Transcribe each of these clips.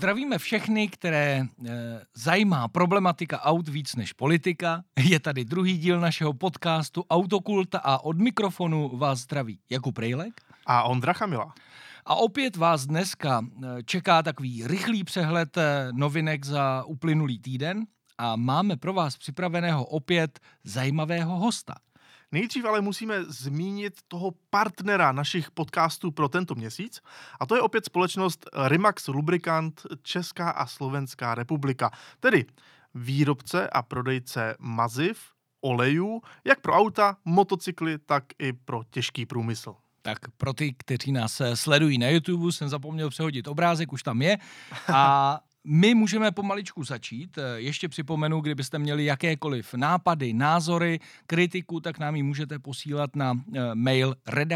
Zdravíme všechny, které zajímá problematika aut víc než politika. Je tady druhý díl našeho podcastu Autokult a od mikrofonu vás zdraví Jakub Rejlek a Ondra Chamila. A opět vás dneska čeká takový rychlý přehled novinek za uplynulý týden a máme pro vás připraveného opět zajímavého hosta. Nejdřív ale musíme zmínit toho partnera našich podcastů pro tento měsíc a to je opět společnost Rimax Lubricant Česká a Slovenská republika, tedy výrobce a prodejce maziv, olejů, jak pro auta, motocykly, tak i pro těžký průmysl. Tak pro ty, kteří nás sledují na YouTube, jsem zapomněl přehodit obrázek, už tam je. A my můžeme pomaličku začít. Ještě připomenu, kdybyste měli jakékoliv nápady, názory, kritiku, tak nám ji můžete posílat na mail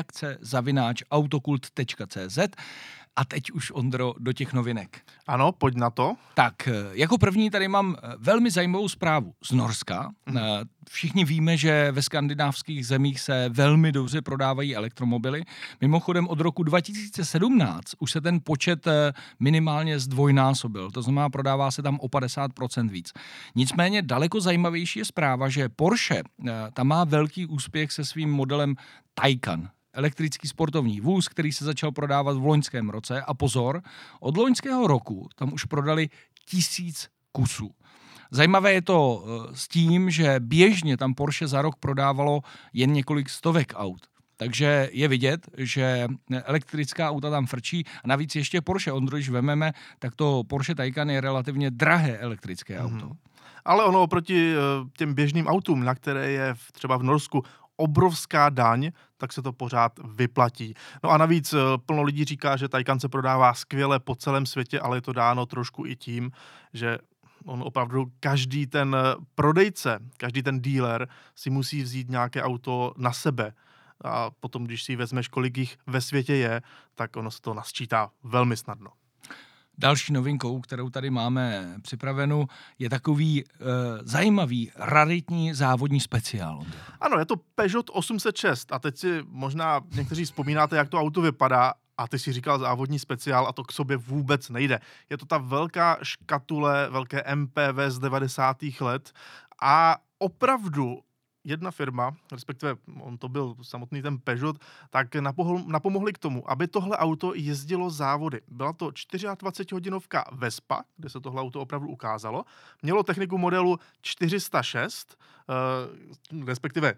redakce@autokult.cz. A teď už, Ondro, do těch novinek. Ano, pojď na to. Tak, jako první tady mám velmi zajímavou zprávu z Norska. Všichni víme, že ve skandinávských zemích se velmi dobře prodávají elektromobily. Mimochodem od roku 2017 už se ten počet minimálně zdvojnásobil. To znamená, prodává se tam o 50% víc. Nicméně daleko zajímavější je zpráva, že Porsche tam má velký úspěch se svým modelem Taycan. Elektrický sportovní vůz, který se začal prodávat v loňském roce. A pozor, od loňského roku tam už prodali 1000 kusů. Zajímavé je to s tím, že běžně tam Porsche za rok prodávalo jen několik stovek aut. Takže je vidět, že elektrická auta tam frčí a navíc ještě Porsche, Ondro, když vememe, tak to Porsche Taycan je relativně drahé elektrické auto. Ale ono oproti těm běžným autům, na které je třeba v Norsku obrovská daň, tak se to pořád vyplatí. No a navíc plno lidí říká, že Taycan se prodává skvěle po celém světě, ale je to dáno trošku i tím, že on opravdu každý ten prodejce, každý ten dealer si musí vzít nějaké auto na sebe. A potom, když si vezmeš, kolik jich ve světě je, tak ono se to nasčítá velmi snadno. Další novinkou, kterou tady máme připravenou, je takový zajímavý, raritní závodní speciál. Ano, je to Peugeot 806 a teď si možná někteří vzpomínáte, jak to auto vypadá a ty si říkal závodní speciál a to k sobě vůbec nejde. Je to ta velká škatule, velké MPV z 90. let a opravdu jedna firma, respektive on to byl samotný ten Peugeot, tak napomohli k tomu, aby tohle auto jezdilo závody. Byla to 24hodinovka Vespa, kde se tohle auto opravdu ukázalo. Mělo techniku modelu 406, respektive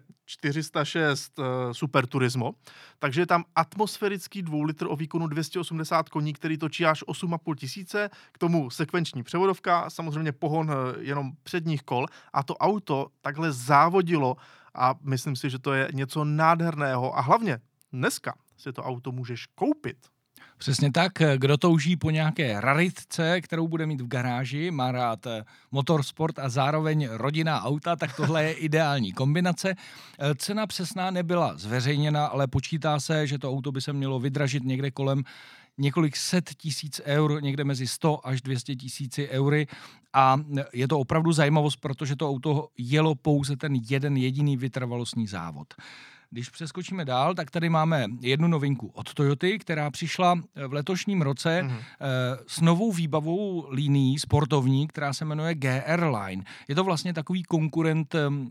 406 Super Turismo, takže je tam atmosférický 2 litr o výkonu 280 koní, který točí až 8,5 tisíce, k tomu sekvenční převodovka, samozřejmě pohon jenom předních kol a to auto takhle závodilo a myslím si, že to je něco nádherného a hlavně dneska si to auto můžeš koupit. Přesně tak, kdo touží po nějaké raritce, kterou bude mít v garáži, má rád motorsport a zároveň rodinná auta, tak tohle je ideální kombinace. Cena přesná nebyla zveřejněna, ale počítá se, že to auto by se mělo vydražit někde kolem několik set tisíc eur, někde mezi 100 až 200 tisíci eury a je to opravdu zajímavost, protože to auto jelo pouze ten jeden jediný vytrvalostní závod. Když přeskočíme dál, tak tady máme jednu novinku od Toyoty, která přišla v letošním roce s novou výbavou linií sportovní, která se jmenuje GR-Line. Je to vlastně takový konkurent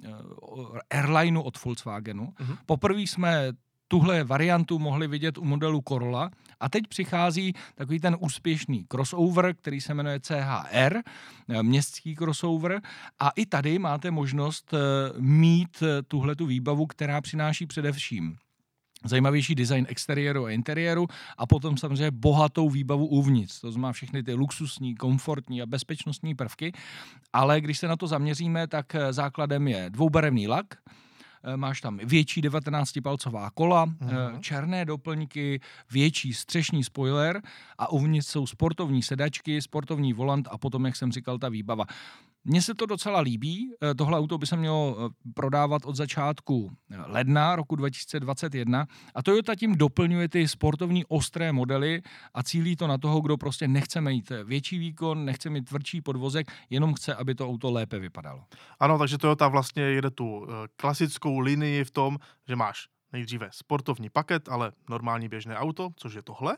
Airlineu od Volkswagenu. Poprvé jsme tuhle variantu mohli vidět u modelu Corolla a teď přichází takový ten úspěšný crossover, který se jmenuje CHR, městský crossover a i tady máte možnost mít tuhletu výbavu, která přináší především zajímavější design exteriéru a interiéru a potom samozřejmě bohatou výbavu uvnitř. To znamená všechny ty luxusní, komfortní a bezpečnostní prvky, ale když se na to zaměříme, tak základem je dvoubarevný lak, máš tam větší 19-palcová kola, černé doplňky, větší střešní spoiler a uvnitř jsou sportovní sedačky, sportovní volant a potom, jak jsem říkal, ta výbava. Mně se to docela líbí. Tohle auto by se mělo prodávat od začátku ledna roku 2021 a Toyota tím doplňuje ty sportovní ostré modely a cílí to na toho, kdo prostě nechce mít větší výkon, nechce mít tvrdší podvozek, jenom chce, aby to auto lépe vypadalo. Ano, takže Toyota vlastně jede tu klasickou linii v tom, že máš nejdříve sportovní paket, ale normální běžné auto, což je tohle.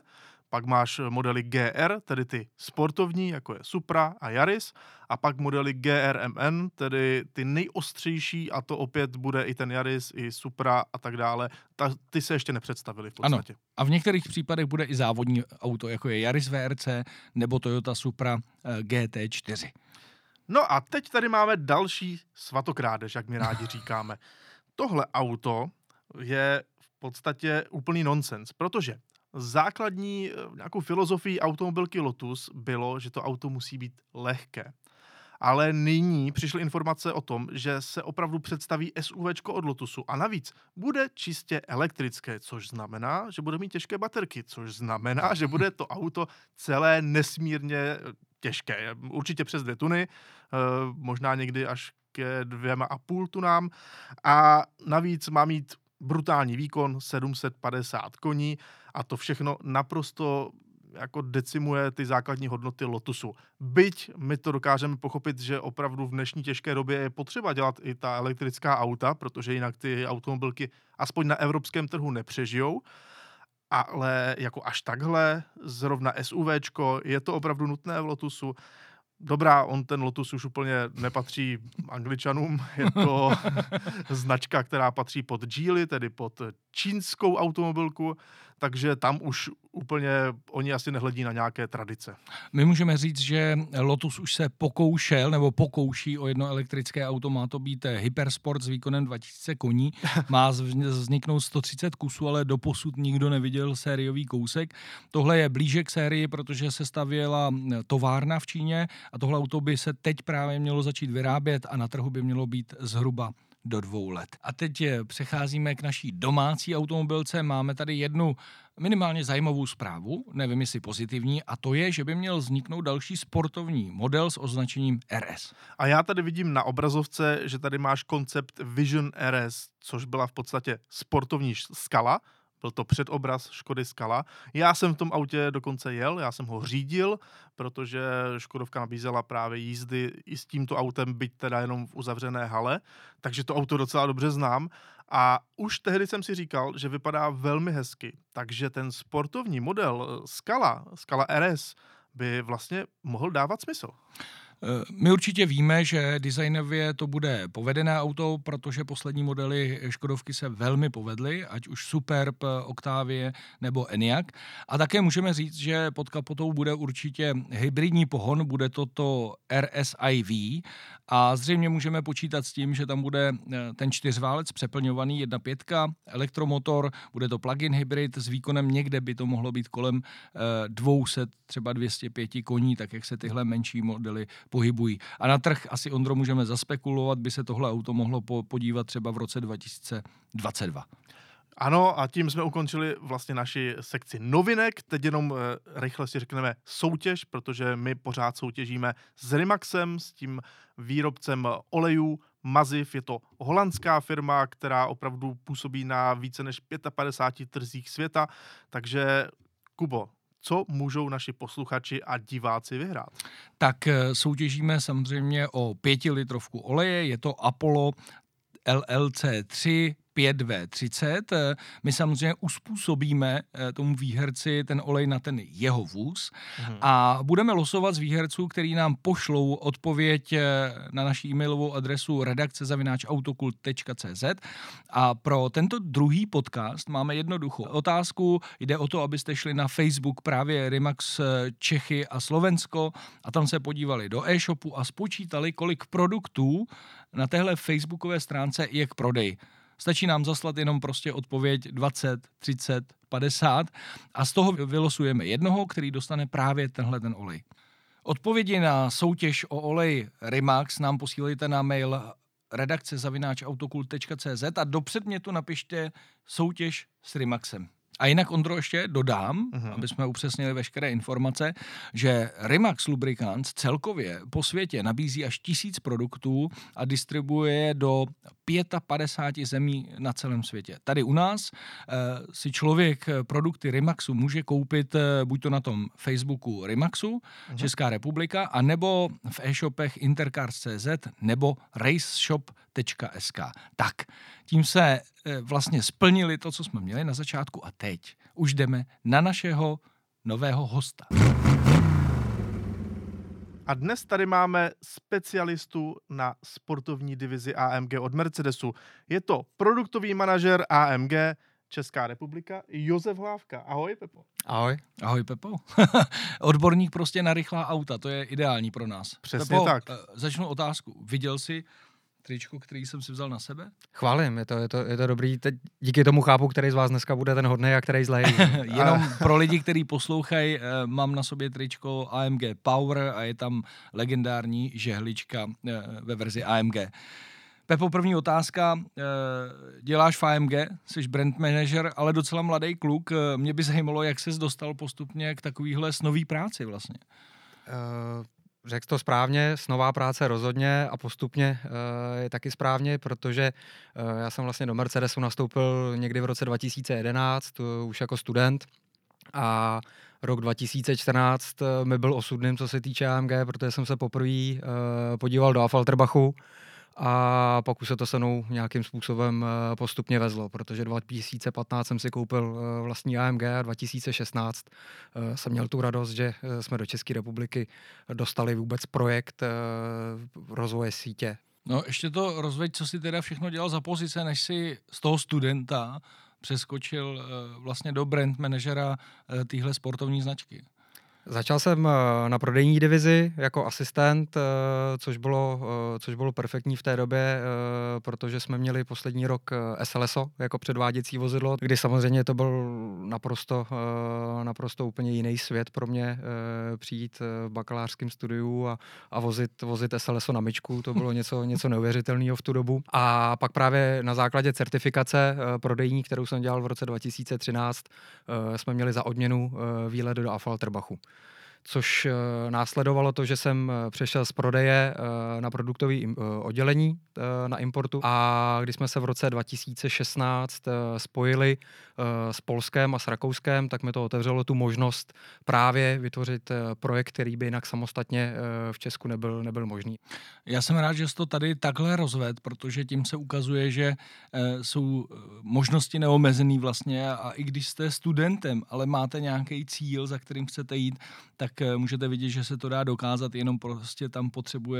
pak máš modely GR, tedy ty sportovní, jako je Supra a Yaris, a pak modely GRMN, tedy ty nejostřejší, a to opět bude i ten Yaris, i Supra a tak dále. Ty se ještě nepředstavili v podstatě. Ano. A v některých případech bude i závodní auto, jako je Yaris VRC nebo Toyota Supra GT4. No a teď tady máme další svatokrádež, jak my rádi říkáme. Tohle auto je v podstatě úplný nonsens, protože základní nějakou filozofií automobilky Lotus bylo, že to auto musí být lehké. Ale nyní přišly informace o tom, že se opravdu představí SUVčko od Lotusu a navíc bude čistě elektrické, což znamená, že bude mít těžké baterky, což znamená, že bude to auto celé nesmírně těžké. Určitě přes 2 tuny, možná někdy až ke 2,5 tunám a navíc má mít brutální výkon 750 koní a to všechno naprosto jako decimuje ty základní hodnoty Lotusu. Byť my to dokážeme pochopit, že opravdu v dnešní těžké době je potřeba dělat i ta elektrická auta, protože jinak ty automobilky aspoň na evropském trhu nepřežijou, ale jako až takhle, zrovna SUVčko, je to opravdu nutné v Lotusu. Dobrá, on ten Lotus už úplně nepatří Angličanům, je to značka, která patří pod Geely, tedy pod čínskou automobilku, takže tam už úplně oni asi nehledí na nějaké tradice. My můžeme říct, že Lotus už se pokoušel nebo pokouší o jedno elektrické auto, má to být Hypersport s výkonem 2000 koní, má vzniknout 130 kusů, ale doposud nikdo neviděl sériový kousek. Tohle je blíže k sérii, protože se stavěla továrna v Číně a tohle auto by se teď právě mělo začít vyrábět a na trhu by mělo být zhruba do 2 let. A teď přecházíme k naší domácí automobilce. Máme tady jednu minimálně zajímavou zprávu, nevím jestli pozitivní, a to je, že by měl vzniknout další sportovní model s označením RS. A já tady vidím na obrazovce, že tady máš koncept Vision RS, což byla v podstatě sportovní Scala. Byl to předobraz Škody Scala. Já jsem v tom autě dokonce jel, já jsem ho řídil, protože Škodovka nabízela právě jízdy i s tímto autem, byť teda jenom v uzavřené hale, takže to auto docela dobře znám. A už tehdy jsem si říkal, že vypadá velmi hezky, takže ten sportovní model Scala RS by vlastně mohl dávat smysl. My určitě víme, že designově to bude povedené auto, protože poslední modely Škodovky se velmi povedly, ať už Superb, Octavie nebo Enyaq. A také můžeme říct, že pod kapotou bude určitě hybridní pohon, bude to RSiV a zřejmě můžeme počítat s tím, že tam bude ten 4válec přeplňovaný 1.5, elektromotor, bude to plug-in hybrid s výkonem někde by to mohlo být kolem 200, třeba 205 koní, tak jak se tyhle menší modely pohybují. A na trh asi, Ondro, můžeme zaspekulovat, by se tohle auto mohlo podívat třeba v roce 2022. Ano, a tím jsme ukončili vlastně naši sekci novinek. Teď jenom rychle si řekneme soutěž, protože my pořád soutěžíme s Rimaxem, s tím výrobcem olejů. Maziv je to holandská firma, která opravdu působí na více než 55 trzích světa. Takže, Kubo, co můžou naši posluchači a diváci vyhrát? Tak soutěžíme samozřejmě o 5-litrovku oleje, je to Apollo LLC3 5V30. My samozřejmě uspůsobíme tomu výherci ten olej na ten jeho vůz a budeme losovat z výherců, který nám pošlou odpověď na naši e-mailovou adresu redakce@autokult.cz a pro tento druhý podcast máme jednoduchou otázku. Jde o to, abyste šli na Facebook právě Rimax Čechy a Slovensko a tam se podívali do e-shopu a spočítali, kolik produktů na téhle facebookové stránce je k prodeji. Stačí nám zaslat jenom prostě odpověď 20, 30, 50 a z toho vylosujeme jednoho, který dostane právě tenhle ten olej. Odpovědi na soutěž o olej Rimax nám posílejte na mail redakce@autokult.cz a do předmětu napište soutěž s Rimaxem. A jinak, Ondro, ještě dodám, aby jsme upřesnili veškeré informace, že Rimax Lubricants celkově po světě nabízí až 1000 produktů a distribuuje je do 55 zemí na celém světě. Tady u nás si člověk produkty Rimaxu může koupit buď to na tom Facebooku Rimaxu, Česká republika, anebo v e-shopech Intercars.cz nebo raceshop.sk. Tak, tím se vlastně splnili to, co jsme měli na začátku a teď už jdeme na našeho nového hosta. A dnes tady máme specialistu na sportovní divizi AMG od Mercedesu. Je to produktový manažer AMG Česká republika Josef Hlávka. Ahoj, Pepo. Ahoj. Ahoj, Pepo. Odborník prostě na rychlá auta, to je ideální pro nás. Přesně Pepo, tak. Začnu otázku. Viděl jsi tričko, který jsem si vzal na sebe? Chválím, je to dobrý. Teď díky tomu chápu, který z vás dneska bude ten hodnej a který zlej. Jenom pro lidi, kteří poslouchají, mám na sobě tričko AMG Power a je tam legendární žehlička ve verzi AMG. Pepo, první otázka. Děláš v AMG, jsi brand manager, ale docela mladý kluk. Mě by zajímalo, jak ses dostal postupně k takovýhle snový práci vlastně. Řekl to správně, snová práce rozhodně a postupně je taky správně, protože já jsem vlastně do Mercedesu nastoupil někdy v roce 2011, už jako student, a rok 2014 mi byl osudným, co se týče AMG, protože jsem se poprvé podíval do Affalterbachu a pak už se to se mnou nějakým způsobem postupně vezlo, protože 2015 jsem si koupil vlastní AMG a 2016 jsem měl tu radost, že jsme do České republiky dostali vůbec projekt rozvoje sítě. No ještě to rozveď, co jsi teda všechno dělal za pozice, než jsi z toho studenta přeskočil vlastně do brand manažera téhle sportovní značky. Začal jsem na prodejní divizi jako asistent, což bylo perfektní v té době, protože jsme měli poslední rok SLSO jako předváděcí vozidlo, kdy samozřejmě to byl naprosto úplně jiný svět pro mě přijít v bakalářském studiu a vozit SLSO na myčku, to bylo něco neuvěřitelného v tu dobu. A pak právě na základě certifikace prodejní, kterou jsem dělal v roce 2013, jsme měli za odměnu výlet do Affalterbachu. Což následovalo to, že jsem přešel z prodeje na produktové oddělení na importu a když jsme se v roce 2016 spojili s Polskem a s Rakouskem, tak mi to otevřelo tu možnost právě vytvořit projekt, který by jinak samostatně v Česku nebyl možný. Já jsem rád, že jsi to tady takhle rozvedl, protože tím se ukazuje, že jsou možnosti neomezený vlastně a i když jste studentem, ale máte nějaký cíl, za kterým chcete jít, tak můžete vidět, že se to dá dokázat, jenom prostě tam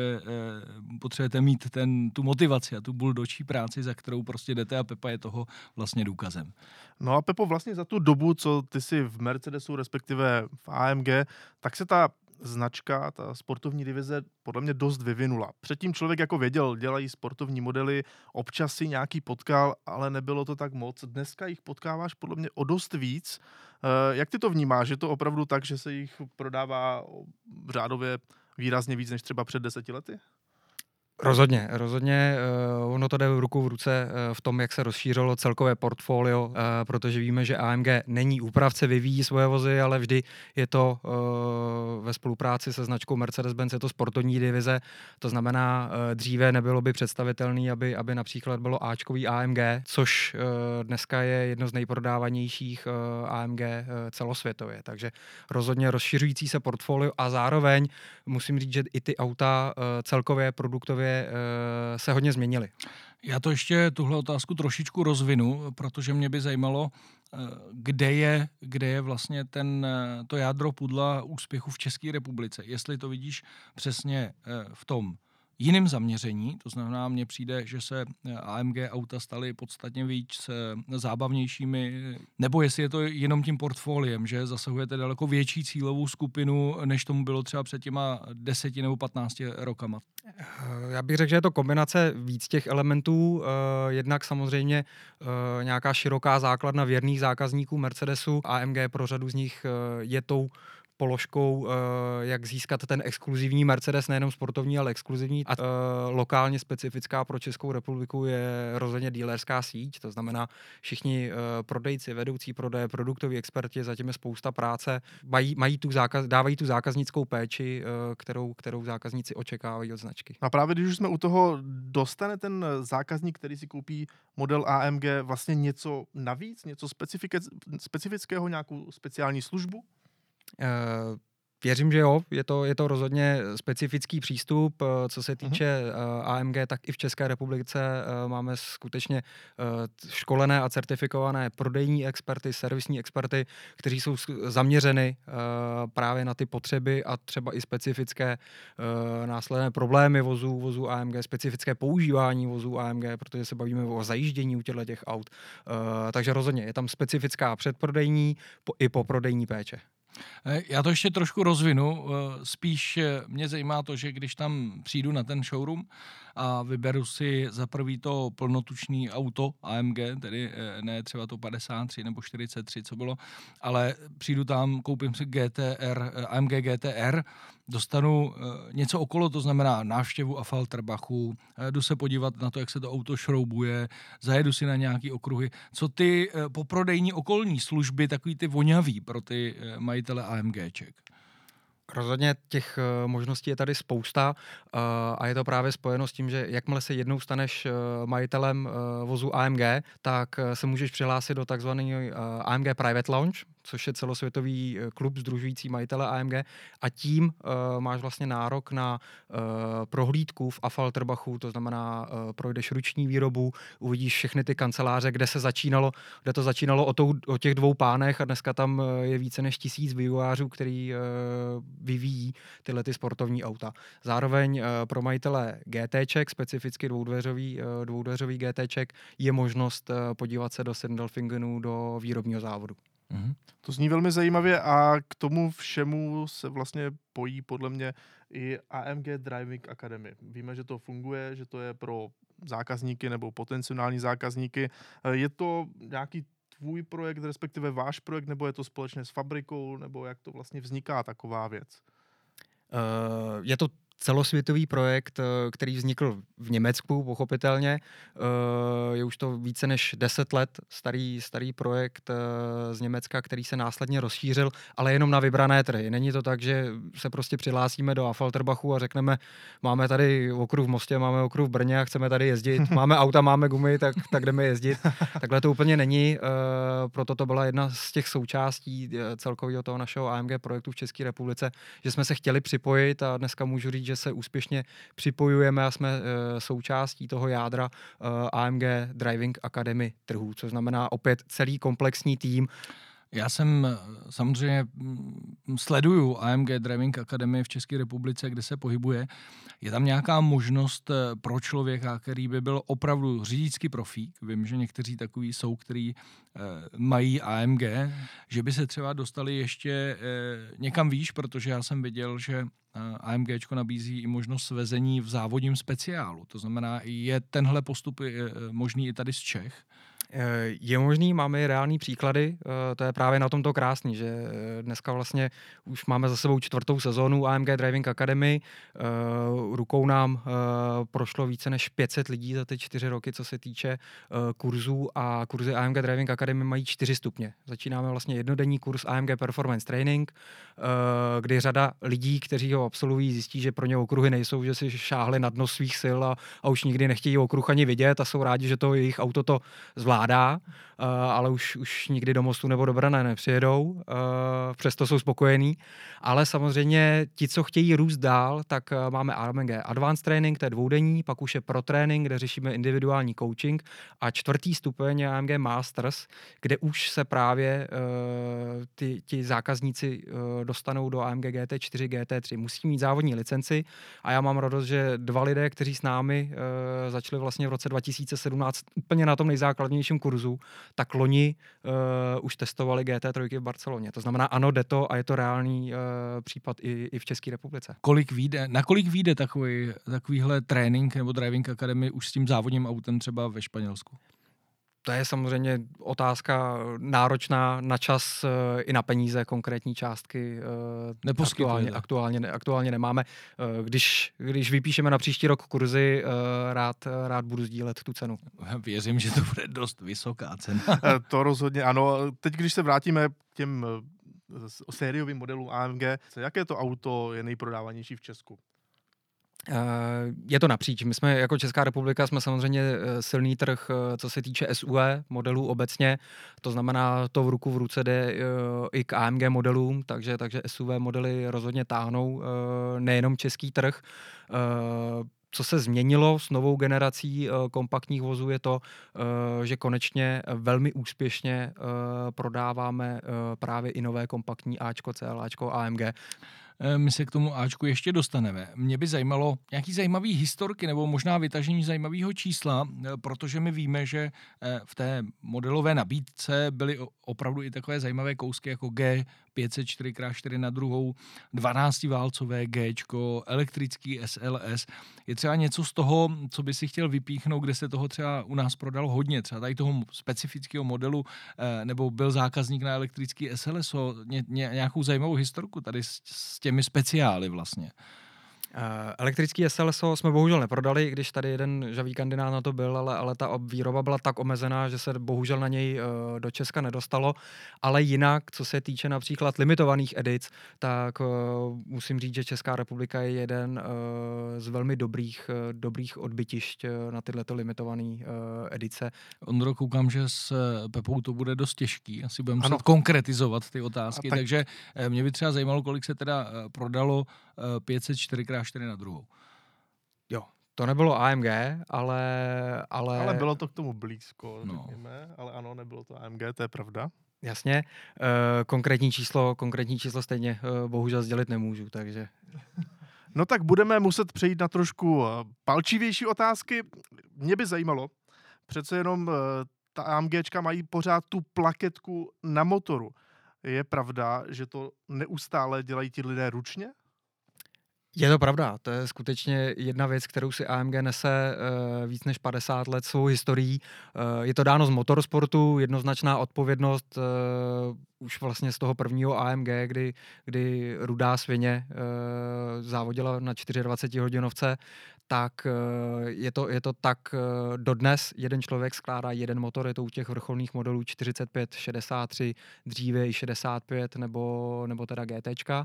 potřebujete mít tu motivaci a tu buldočí práci, za kterou prostě jdete a Pepa je toho vlastně důkazem. No a Pepo, vlastně za tu dobu, co ty jsi v Mercedesu, respektive v AMG, tak se ta značka, ta sportovní divize podle mě dost vyvinula. Předtím člověk jako věděl, dělají sportovní modely, občas si nějaký potkal, ale nebylo to tak moc. Dneska jich potkáváš podle mě o dost víc. Jak ty to vnímáš? Je to opravdu tak, že se jich prodává řádově výrazně víc než třeba před 10 lety? Rozhodně. Ono to jde ruku v ruce v tom, jak se rozšířilo celkové portfolio, protože víme, že AMG není úpravce, vyvíjí svoje vozy, ale vždy je to ve spolupráci se značkou Mercedes-Benz, je to sportovní divize, to znamená, dříve nebylo by představitelné, aby například bylo Ačkový AMG, což dneska je jedno z nejprodávanějších AMG celosvětově, takže rozhodně rozšiřující se portfolio a zároveň musím říct, že i ty auta celkově produktově se hodně změnily. Já to ještě tuhle otázku trošičku rozvinu, protože mě by zajímalo, kde je vlastně to jádro pudla úspěchu v České republice. Jestli to vidíš přesně v tom jiném zaměření, to znamená, mně přijde, že se AMG auta staly podstatně víc zábavnějšími, nebo jestli je to jenom tím portfoliem, že zasahujete daleko větší cílovou skupinu, než tomu bylo třeba před těma 10 nebo 15 rokama. Já bych řekl, že je to kombinace víc těch elementů, jednak samozřejmě nějaká široká základna věrných zákazníků Mercedesu, AMG pro řadu z nich je tou položkou, jak získat ten exkluzivní Mercedes, nejenom sportovní, ale exkluzivní. A lokálně specifická pro Českou republiku je rozhodně dealerská síť, to znamená všichni prodejci, vedoucí prodeje, produktoví experti, zatím je spousta práce, dávají tu zákaznickou péči, kterou zákazníci očekávají od značky. A právě když už jsme u toho, dostane ten zákazník, který si koupí model AMG, vlastně něco navíc, něco specifického, nějakou speciální službu? Věřím, že jo, je to rozhodně specifický přístup. Co se týče AMG, tak i v České republice máme skutečně školené a certifikované prodejní experty, servisní experty, kteří jsou zaměřeny právě na ty potřeby a třeba i specifické následné problémy vozů AMG, specifické používání vozů AMG, protože se bavíme o zajíždění u těch aut. Takže rozhodně je tam specifická předprodejní i poprodejní péče. Já to ještě trošku rozvinu. Spíš mě zajímá to, že když tam přijdu na ten showroom a vyberu si za prvý to plnotučný auto AMG, tedy ne třeba to 53 nebo 43, co bylo, ale přijdu tam, koupím si AMG GTR, dostanu něco okolo, to znamená návštěvu Affalterbachu, jdu se podívat na to, jak se to auto šroubuje, zajedu si na nějaký okruhy. Co ty poprodejní okolní služby, takový ty voňavý pro ty majitele AMGček? Rozhodně těch možností je tady spousta a je to právě spojeno s tím, že jakmile se jednou staneš majitelem vozu AMG, tak se můžeš přihlásit do takzvaného AMG Private Lounge, což je celosvětový klub sdružující majitele AMG a tím máš vlastně nárok na prohlídku v Affalterbachu, to znamená projdeš ruční výrobu, uvidíš všechny ty kanceláře, kde to začínalo o těch dvou pánech a dneska tam je více než 1000 vývojářů, který vyvíjí tyhle ty sportovní auta. Zároveň pro majitele GTček, specificky dvoudveřový GTček, je možnost podívat se do Sindelfingenu, do výrobního závodu. Mm-hmm. To zní velmi zajímavě a k tomu všemu se vlastně pojí podle mě i AMG Driving Academy. Víme, že to funguje, že to je pro zákazníky nebo potenciální zákazníky. Je to nějaký tvůj projekt, respektive váš projekt, nebo je to společně s fabrikou, nebo jak to vlastně vzniká taková věc? Je to celosvětový projekt, který vznikl v Německu, pochopitelně. Je už to více než 10 let starý projekt z Německa, který se následně rozšířil, ale jenom na vybrané trhy. Není to tak, že se prostě přihlásíme do Affalterbachu a řekneme, máme tady okruh v Mostě, máme okruh v Brně a chceme tady jezdit. Máme auta, máme gumy, tak jdeme jezdit. Takhle to úplně není. Proto to byla jedna z těch součástí celkového toho našeho AMG projektu v České republice, že jsme se chtěli připojit a dneska můžu říct, že se úspěšně připojujeme a jsme součástí toho jádra AMG Driving Academy trhů, což znamená opět celý komplexní tým. Já jsem samozřejmě sleduju AMG Driving Academy v České republice, kde se pohybuje. Je tam nějaká možnost pro člověka, který by byl opravdu řidičský profík? Vím, že někteří takový jsou, kteří mají AMG, že by se třeba dostali ještě někam výš, protože já jsem viděl, že AMGčko nabízí i možnost svezení v závodním speciálu. To znamená, je tenhle postup možný i tady z Čech? Je možný, máme i reální příklady, to je právě na tomto krásný, že dneska vlastně už máme za sebou 4. sezónu AMG Driving Academy, rukou nám prošlo více než 500 lidí za ty 4 roky, co se týče kurzů a kurzy AMG Driving Academy mají 4 stupně. Začínáme vlastně jednodenní kurz AMG Performance Training, kdy řada lidí, kteří ho absolvují, zjistí, že pro ně okruhy nejsou, že si šáhli na dno svých sil a už nikdy nechtějí okruh ani vidět a jsou rádi, že to jejich auto to zvládá, ale už nikdy do Mostu nebo do Brna nepřijedou, přesto jsou spokojení. Ale samozřejmě ti, co chtějí růst dál, tak máme AMG Advanced Training, to je dvoudenní, pak už je Pro Training, kde řešíme individuální coaching a 4. stupeň je AMG Masters, kde už se právě ti zákazníci dostanou do AMG GT4, GT3. Musí mít závodní licenci a já mám radost, že 2 lidé, kteří s námi začali vlastně v roce 2017 úplně na tom nejzákladnějším kurzu, tak loni už testovali GT3 v Barceloně. To znamená, ano, jde to a je to reálný případ i v České republice. Na kolik vyjde takovýhle trénink nebo driving academy už s tím závodním autem třeba ve Španělsku? To je samozřejmě otázka náročná na čas i na peníze, konkrétní částky aktuálně nemáme. Když vypíšeme na příští rok kurzy, rád budu sdílet tu cenu. Věřím, že to bude dost vysoká cena. To rozhodně ano. Teď, když se vrátíme k těm sériovým modelům AMG, jaké to auto je nejprodávanější v Česku? Je to napříč. My jsme jako Česká republika jsme samozřejmě silný trh, co se týče SUV modelů obecně. To znamená, to v ruku v ruce jde i k AMG modelům, takže SUV modely rozhodně táhnou nejenom český trh. Co se změnilo s novou generací kompaktních vozů je to, že konečně velmi úspěšně prodáváme právě i nové kompaktní Ačko, CLAčko, AMG. My se k tomu Ačku ještě dostaneme. Mě by zajímalo nějaký zajímavý historky nebo možná vytažení zajímavého čísla, protože my víme, že v té modelové nabídce byly opravdu i takové zajímavé kousky jako G 504x4 na druhou, 12-válcové Gčko, elektrický SLS. Je třeba něco z toho, co by si chtěl vypíchnout, kde se toho třeba u nás prodalo hodně, třeba tady toho specifického modelu, nebo byl zákazník na elektrický SLSO, nějakou zajímavou historku tady s těmi speciály vlastně. Elektrický SLSO jsme bohužel neprodali, když tady jeden žavý kandidát na to byl, ale ta výroba byla tak omezená, že se bohužel na něj do Česka nedostalo. Ale jinak, co se týče například limitovaných edic, tak musím říct, že Česká republika je jeden z velmi dobrých odbytišť na tyhleto limitované edice. Ondro, koukám, že s Pepou to bude dost těžký. Asi budeme muset konkretizovat ty otázky, takže mě by třeba zajímalo, kolik se teda prodalo 504x4 na druhou. Jo, to nebylo AMG, ale bylo to k tomu blízko, řekněme, ale ano, nebylo to AMG, to je pravda. Jasně, konkrétní číslo stejně bohužel sdělit nemůžu, takže... No tak budeme muset přejít na trošku palčivější otázky. Mě by zajímalo, přece jenom ta AMGčka mají pořád tu plaketku na motoru. Je pravda, že to neustále dělají ti lidé ručně? Je to pravda, to je skutečně jedna věc, kterou si AMG nese víc než 50 let svou historií. Je to dáno z motorsportu, jednoznačná odpovědnost už vlastně z toho prvního AMG, kdy Rudá svině závodila na 24hodinovce, tak je to tak dodnes. Jeden člověk skládá jeden motor, je to u těch vrcholných modelů 45, 63, dříve i 65 nebo teda GTčka.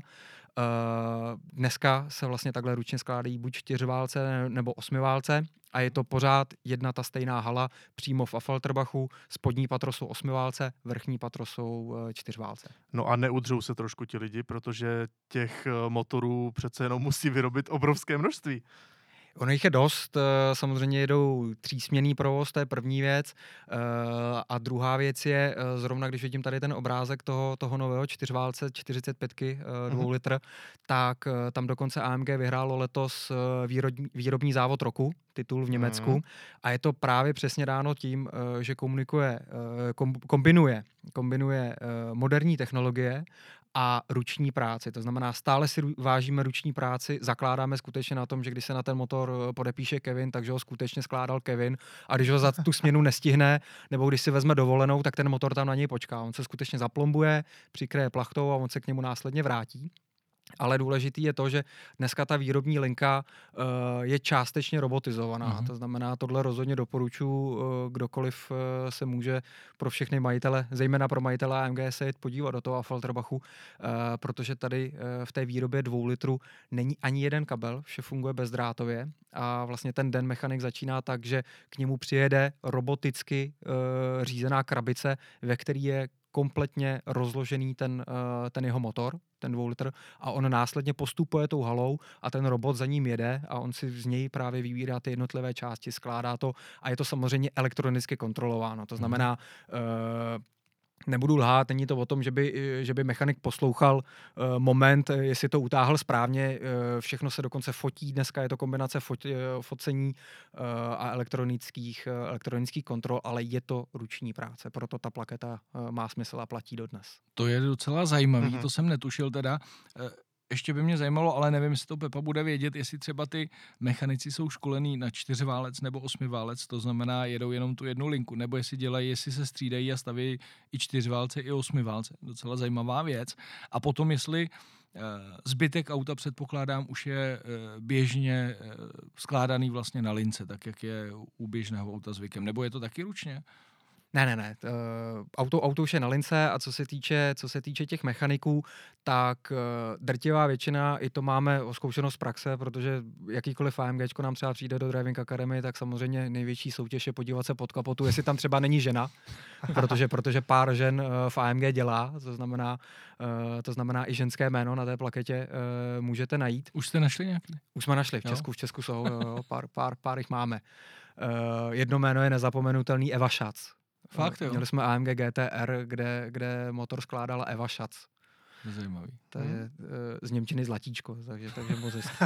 Dneska se vlastně takhle ručně skládají buď 4válce nebo 8válce a je to pořád jedna ta stejná hala přímo v Affalterbachu. Spodní patro jsou 8válce, vrchní patro jsou 4válce. No a neudřou se trošku ti lidi, protože těch motorů přece jenom musí vyrobit obrovské množství. Ono jich je dost, samozřejmě jedou třísměnný provoz, to je první věc. A druhá věc je, zrovna když vidím tady ten obrázek toho nového 4válce, 45 2 litr, tak tam dokonce AMG vyhrálo letos výrobní závod roku, titul v Německu. A je to právě přesně dáno tím, že kombinuje moderní technologie a ruční práci. To znamená, stále si vážíme ruční práci, zakládáme skutečně na tom, že když se na ten motor podepíše Kevin, takže ho skutečně skládal Kevin a když ho za tu směnu nestihne, nebo když si vezme dovolenou, tak ten motor tam na něj počká. On se skutečně zaplombuje, přikryje plachtou a on se k němu následně vrátí. Ale důležitý je to, že dneska ta výrobní linka je částečně robotizovaná. To znamená, tohle rozhodně doporučuji, kdokoliv se může pro všechny majitele, zejména pro majitele AMG, se jít podívat do toho Affalterbachu, protože tady v té výrobě 2 litrů není ani jeden kabel, vše funguje bezdrátově a vlastně ten den mechanik začíná tak, že k němu přijede roboticky řízená krabice, ve který je kompletně rozložený ten jeho motor, ten 2 litr, a on následně postupuje tou halou a ten robot za ním jede a on si z něj právě vybírá ty jednotlivé části, skládá to a je to samozřejmě elektronicky kontrolováno. To znamená, nebudu lhát, není to o tom, že by mechanik poslouchal moment, jestli to utáhl správně, všechno se dokonce fotí, dneska je to kombinace focení a elektronických kontrol, ale je to ruční práce, proto ta plaketa má smysl a platí dodnes. To je docela zajímavý, to jsem netušil teda. Ještě by mě zajímalo, ale nevím, jestli to Pepa bude vědět, jestli třeba ty mechanici jsou školení na 4válec nebo 8válec, to znamená jedou jenom tu jednu linku, nebo jestli se střídají a staví i 4válce, i 8válce. Docela zajímavá věc. A potom, jestli zbytek auta, předpokládám, už je běžně skládaný vlastně na lince, tak jak je u běžného auta zvykem. Nebo je to taky ručně? Ne. Auto už je na lince a co se týče těch mechaniků, tak drtivá většina, i to máme zkoušenost z praxe, protože jakýkoliv AMGčko nám třeba přijde do Driving Academy, tak samozřejmě největší soutěž je podívat se pod kapotu, jestli tam třeba není žena, protože pár žen v AMG dělá, to znamená i ženské jméno na té plaketě můžete najít. Už jste našli nějaký? Už jsme našli, v Česku jsou, pár jich máme. Jedno jméno je nezapomenutelný Eva Schatz. Fakt, jo? Měli jsme AMG GTR, kde motor skládala Eva Schatz. Zajímavý. To je z němčiny zlatíčko, takže moc hezky.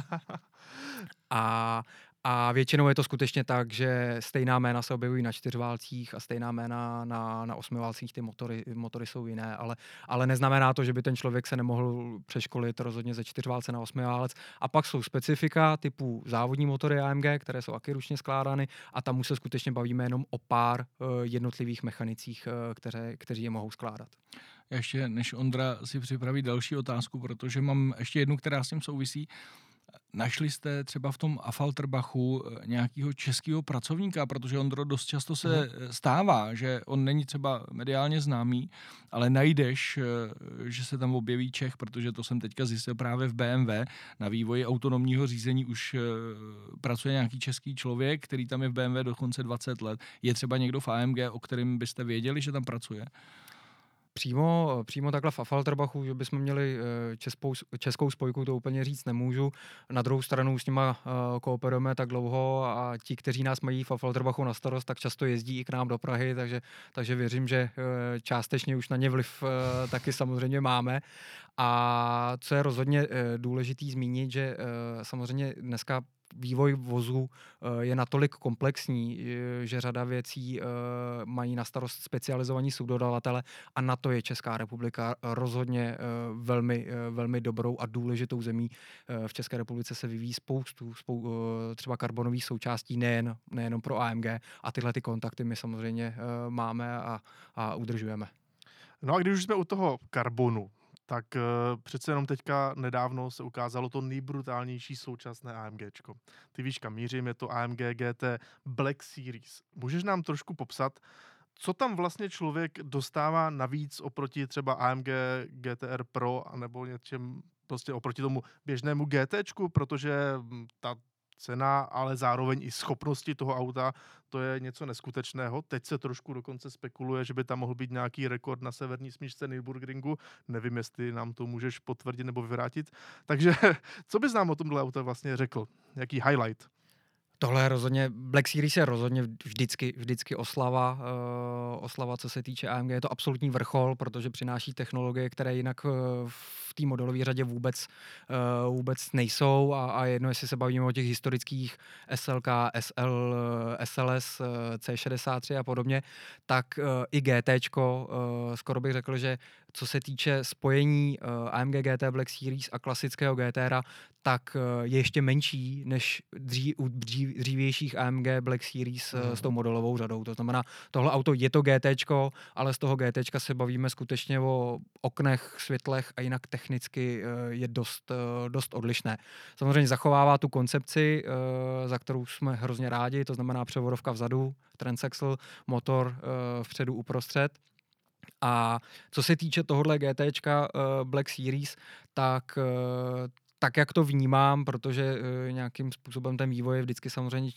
A většinou je to skutečně tak, že stejná jména se objevují na 4válcích a stejná jména na 8válcích, ty motory jsou jiné, ale neznamená to, že by ten člověk se nemohl přeškolit rozhodně ze 4válce na 8válec. A pak jsou specifika typu závodní motory AMG, které jsou taky ručně skládány a tam už se skutečně bavíme jenom o pár jednotlivých mechanicích, kteří je mohou skládat. Ještě než Ondra si připraví další otázku, protože mám ještě jednu, která s tím souvisí. Našli jste třeba v tom Affalterbachu nějakého českého pracovníka, protože Ondro dost často se stává, že on není třeba mediálně známý, ale najdeš, že se tam objeví Čech, protože to jsem teďka zjistil právě v BMW. Na vývoji autonomního řízení už pracuje nějaký český člověk, který tam je v BMW dokonce 20 let. Je třeba někdo v AMG, o kterém byste věděli, že tam pracuje? Přímo takhle v Affalterbachu, že bychom měli českou spojku, to úplně říct nemůžu. Na druhou stranu s nima kooperujeme tak dlouho a ti, kteří nás mají v Affalterbachu na starost, tak často jezdí i k nám do Prahy, takže věřím, že částečně už na ně vliv taky samozřejmě máme. A co je rozhodně důležitý zmínit, že samozřejmě dneska vývoj vozu je natolik komplexní, že řada věcí mají na starost specializovaní subdodavatele a na to je Česká republika rozhodně velmi dobrou a důležitou zemí. V České republice se vyvíjí spoustu třeba karbonových součástí nejenom pro AMG a tyhle ty kontakty my samozřejmě máme a udržujeme. No a když už jsme u toho karbonu, tak přece jenom teďka nedávno se ukázalo to nejbrutálnější současné AMGčko. Ty víš, kam mířím, je to AMG GT Black Series. Můžeš nám trošku popsat, co tam vlastně člověk dostává navíc oproti třeba AMG GTR Pro anebo něčem prostě oproti tomu běžnému GTčku, protože ta cena, ale zároveň i schopnosti toho auta, to je něco neskutečného. Teď se trošku dokonce spekuluje, že by tam mohl být nějaký rekord na severní smyčce Nürburgringu. Nevím, jestli nám to můžeš potvrdit nebo vyvrátit. Takže co bys nám o tomhle auto vlastně řekl? Jaký highlight? Tohle je rozhodně, Black Series je rozhodně vždycky oslava, co se týče AMG. Je to absolutní vrchol, protože přináší technologie, které jinak v té modelové řadě vůbec nejsou a jedno, jestli se bavíme o těch historických SLK, SL, SLS, C63 a podobně, tak i GTčko, skoro bych řekl, že co se týče spojení AMG GT Black Series a klasického GTR, tak je ještě menší než u dřívějších AMG Black Series s tou modelovou řadou. To znamená, tohle auto je to GTčko, ale z toho GTčka se bavíme skutečně o oknech, světlech a jinak technicky je dost odlišné. Samozřejmě zachovává tu koncepci, za kterou jsme hrozně rádi, to znamená převodovka vzadu, transaxle, motor vpředu uprostřed. A co se týče tohohle GTčka Black Series, tak jak to vnímám, protože nějakým způsobem ten vývoj je vždycky samozřejmě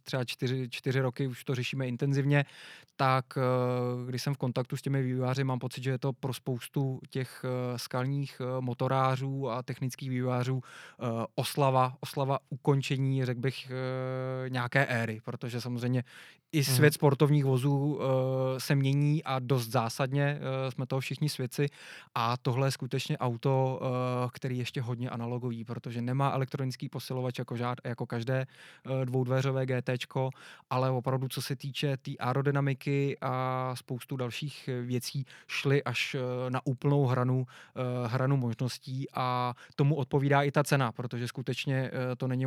4 roky, už to řešíme intenzivně, tak když jsem v kontaktu s těmi vývojáři, mám pocit, že je to pro spoustu těch skalních motorářů a technických vývojářů oslava ukončení, řekl bych, nějaké éry, protože samozřejmě i svět sportovních vozů se mění a dost zásadně, jsme toho všichni svědci a tohle je skutečně auto, který ještě hodně analogový, protože nemá elektronický posilovač jako každé dvoudveřové GTčko, ale opravdu co se týče té aerodynamiky a spoustu dalších věcí šly až na úplnou hranu možností a tomu odpovídá i ta cena, protože skutečně to není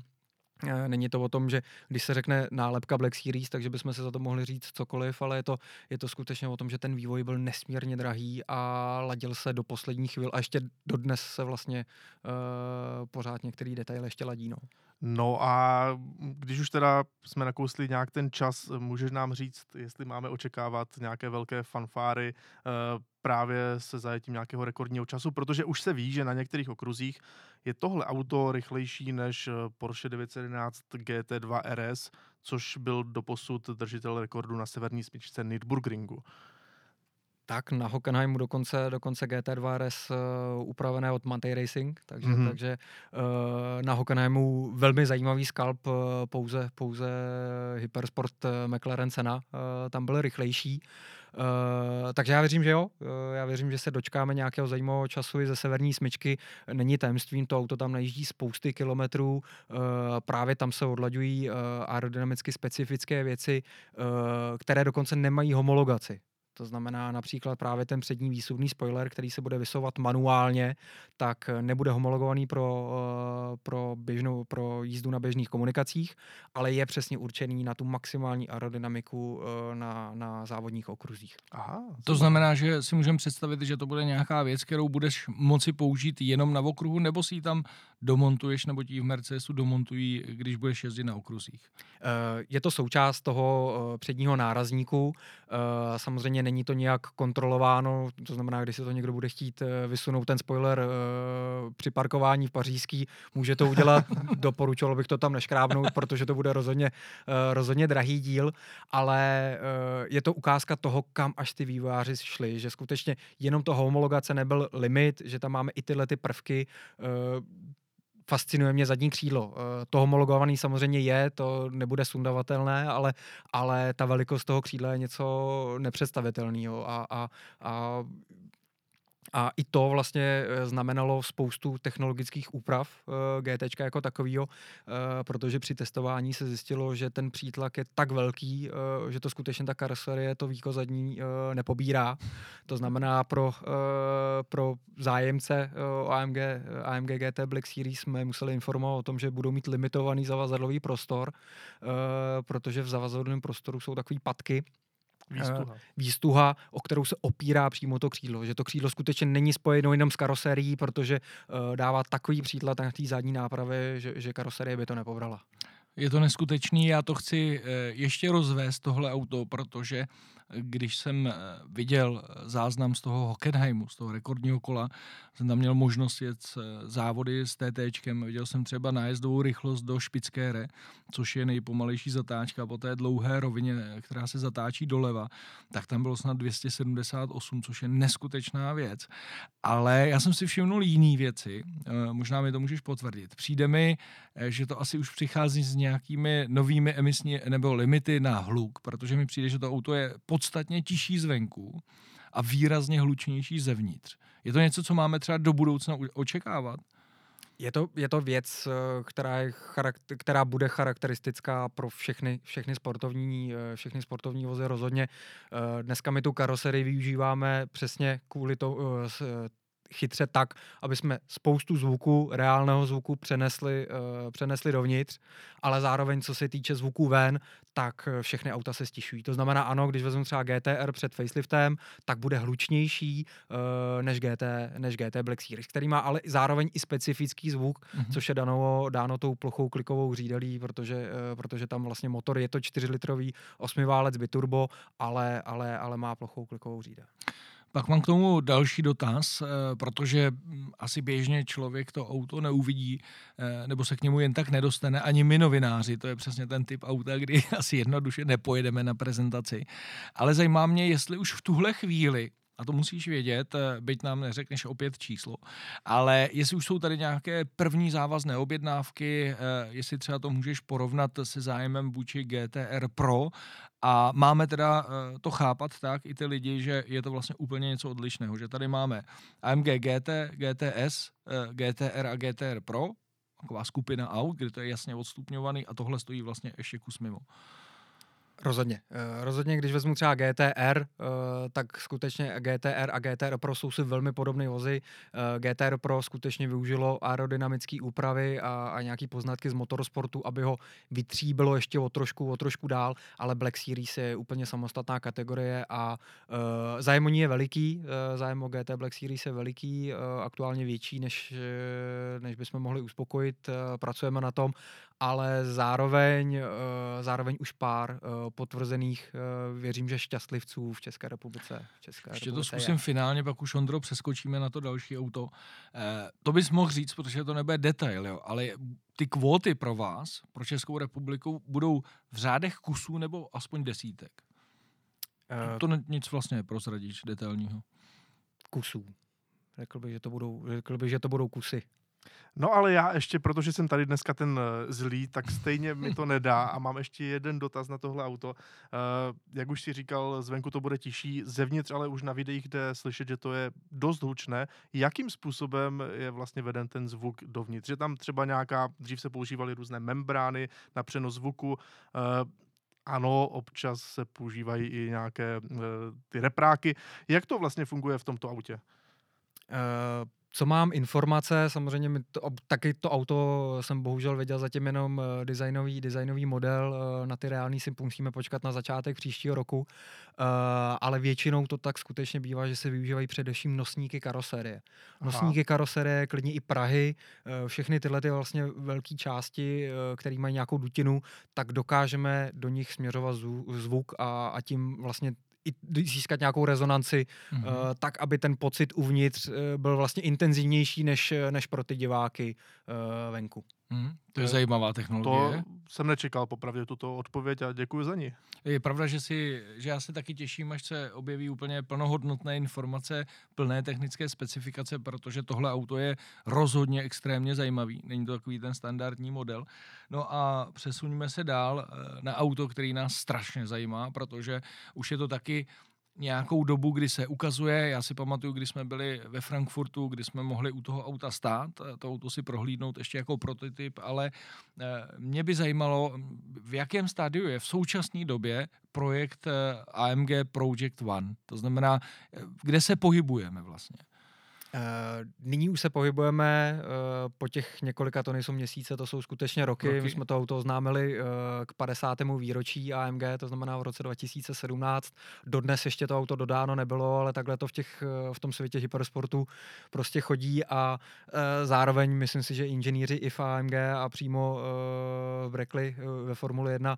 o tom, že když se řekne nálepka Black Series, takže bychom se za to mohli říct cokoliv, ale je to skutečně o tom, že ten vývoj byl nesmírně drahý a ladil se do posledních chvil a ještě dodnes se vlastně pořád některý detaily ještě ladí. No a když už teda jsme nakousli nějak ten čas, můžeš nám říct, jestli máme očekávat nějaké velké fanfáry právě se zajetím nějakého rekordního času, protože už se ví, že na některých okruzích je tohle auto rychlejší než Porsche 911 GT2 RS, což byl doposud držitel rekordu na severní smyčce Nürburgringu. Tak na Hockenheimu dokonce GT2 RS upravené od Manthey Racing, takže na Hockenheimu velmi zajímavý skalp, pouze Hypersport McLaren Senna tam byl rychlejší. Takže já věřím, že jo. Já věřím, že se dočkáme nějakého zajímavého času i ze severní smyčky. Není tajemstvím, to auto tam najíždí spousty kilometrů. Právě tam se odlaďují aerodynamicky specifické věci, které dokonce nemají homologaci. To znamená například právě ten přední výsuvný spoiler, který se bude vysouvat manuálně, tak nebude homologovaný pro jízdu na běžných komunikacích, ale je přesně určený na tu maximální aerodynamiku na závodních okruzích. Aha, to znamená, že si můžeme představit, že to bude nějaká věc, kterou budeš moci použít jenom na okruhu, nebo si ji tam domontuješ, nebo ti v Mercedesu domontují, když budeš jezdit na okruzích? Je to součást toho předního nárazníku. Samozřejmě není to nějak kontrolováno, to znamená, když se to někdo bude chtít vysunout ten spoiler při parkování v Pařížský, může to udělat, doporučoval bych to tam neškrábnout, protože to bude rozhodně drahý díl, ale je to ukázka toho, kam až ty vývojáři šli, že skutečně jenom to homologace nebyl limit, že tam máme i tyhle ty prvky. Fascinuje mě zadní křídlo. To homologovaný samozřejmě je, to nebude sundavatelné, ale ta velikost toho křídla je něco nepředstavitelného a i to vlastně znamenalo spoustu technologických úprav GTčka jako takovýho, protože při testování se zjistilo, že ten přítlak je tak velký, že to skutečně ta karoserie to víko zadní nepobírá. To znamená pro zájemce o AMG GT Black Series jsme museli informovat o tom, že budou mít limitovaný zavazadlový prostor, protože v zavazadlovém prostoru jsou takové patky, výstuha, o kterou se opírá přímo to křídlo. Že to křídlo skutečně není spojeno jenom s karoserií, protože dává takový přítlak na té zadní nápravě, že karoserie by to nepobrala. Je to neskutečný, já to chci ještě rozvést tohle auto, protože když jsem viděl záznam z toho Hockenheimu, z toho rekordního kola, jsem tam měl možnost jet závody s TTčkem, viděl jsem třeba nájezdovou rychlost do Špickére, což je nejpomalejší zatáčka po té dlouhé rovině, která se zatáčí doleva, tak tam bylo snad 278, což je neskutečná věc. Ale já jsem si všimnul jiný věci, možná mi to můžeš potvrdit. Přijde mi, že to asi už přichází s nějakými novými emisní nebo limity na hluk, protože mi přijde, že to auto je podstatně tižší zvenku a výrazně hlučnější zevnitř. Je to něco, co máme třeba do budoucna očekávat? Je to věc, která bude charakteristická pro všechny sportovní vozy rozhodně. Dneska my tu karoserii využíváme přesně kvůli chytře tak, aby jsme spoustu zvuku, reálného zvuku přenesli dovnitř, ale zároveň, co se týče zvuků ven, tak všechny auta se stišují. To znamená, ano, když vezmu třeba GTR před faceliftem, tak bude hlučnější než GT Black Series, který má ale zároveň i specifický zvuk, což je dáno tou plochou klikovou řídelí, protože tam vlastně motor je to 4-litrový 8válec biturbo, ale má plochou klikovou řídel. Pak mám k tomu další dotaz, protože asi běžně člověk to auto neuvidí, nebo se k němu jen tak nedostane, ani my novináři, to je přesně ten typ auta, kdy asi jednoduše nepojedeme na prezentaci. Ale zajímá mě, jestli už v tuhle chvíli, a to musíš vědět, byť nám neřekneš opět číslo, ale jestli už jsou tady nějaké první závazné objednávky, jestli třeba to můžeš porovnat se zájmem vůči GTR Pro a máme teda to chápat tak, i ty lidi, že je to vlastně úplně něco odlišného, že tady máme AMG GT, GTS, GTR a GTR Pro, taková skupina aut, kde to je jasně odstupňovaný a tohle stojí vlastně ještě kus mimo. Rozhodně, když vezmu třeba GTR, tak skutečně GTR a GTR Pro jsou si velmi podobné vozy. GTR Pro skutečně využilo aerodynamické úpravy a nějaký poznatky z motorsportu, aby ho vytříbilo ještě o trošku dál, ale Black Series je úplně samostatná kategorie a zájem o ní je veliký. Zájem o GT Black Series je veliký, aktuálně větší, než bychom mohli uspokojit. Pracujeme na tom ale zároveň už pár potvrzených, věřím, že šťastlivců v České republice. Ještě to zkusím finálně, pak už, Ondro, přeskočíme na to další auto. To bys mohl říct, protože to nebude detail, jo, ale ty kvóty pro vás, pro Českou republiku, budou v řádech kusů nebo aspoň desítek? To nic vlastně neprozradíš detailního. Kusů. Řekl bych, že to budou kusy. No ale já ještě, protože jsem tady dneska ten zlý, tak stejně mi to nedá a mám ještě jeden dotaz na tohle auto. Jak už si říkal, zvenku to bude tiší, zevnitř ale už na videích jde slyšet, že to je dost hlučné. Jakým způsobem je vlastně veden ten zvuk dovnitř? Že tam třeba dřív se používaly různé membrány na přenos zvuku, ano, občas se používají i nějaké ty repráky. Jak to vlastně funguje v tomto autě? Co mám informace, samozřejmě taky to auto jsem bohužel viděl zatím jenom designový model, na ty reální si musíme počkat na začátek příštího roku, ale většinou to tak skutečně bývá, že se využívají především nosníky karoserie. Nosníky karoserie, klidně i prahy, všechny tyhle ty vlastně velké části, které mají nějakou dutinu, tak dokážeme do nich směřovat zvuk a tím vlastně i získat nějakou rezonanci, tak, aby ten pocit uvnitř byl vlastně intenzivnější než pro ty diváky venku. To je zajímavá technologie. To jsem nečekal popravdě tuto odpověď a děkuji za ní. Je pravda, že já se taky těším, až se objeví úplně plnohodnotné informace, plné technické specifikace, protože tohle auto je rozhodně extrémně zajímavý. Není to takový ten standardní model. No a přesuňme se dál na auto, který nás strašně zajímá, protože už je to taky nějakou dobu, kdy se ukazuje. Já si pamatuju, když jsme byli ve Frankfurtu, kdy jsme mohli u toho auta stát, to auto si prohlídnout ještě jako prototyp, ale mě by zajímalo, v jakém stádiu je v současné době projekt AMG Project One. To znamená, kde se pohybujeme vlastně. Nyní už se pohybujeme po těch několika, to nejsou měsíce, to jsou skutečně roky. My jsme to auto oznámili k 50. výročí AMG, to znamená v roce 2017. Dodnes ještě to auto dodáno nebylo, ale takhle to v tom světě hypersportu prostě chodí a zároveň myslím si, že inženýři i v AMG a přímo v Brackley ve Formuli 1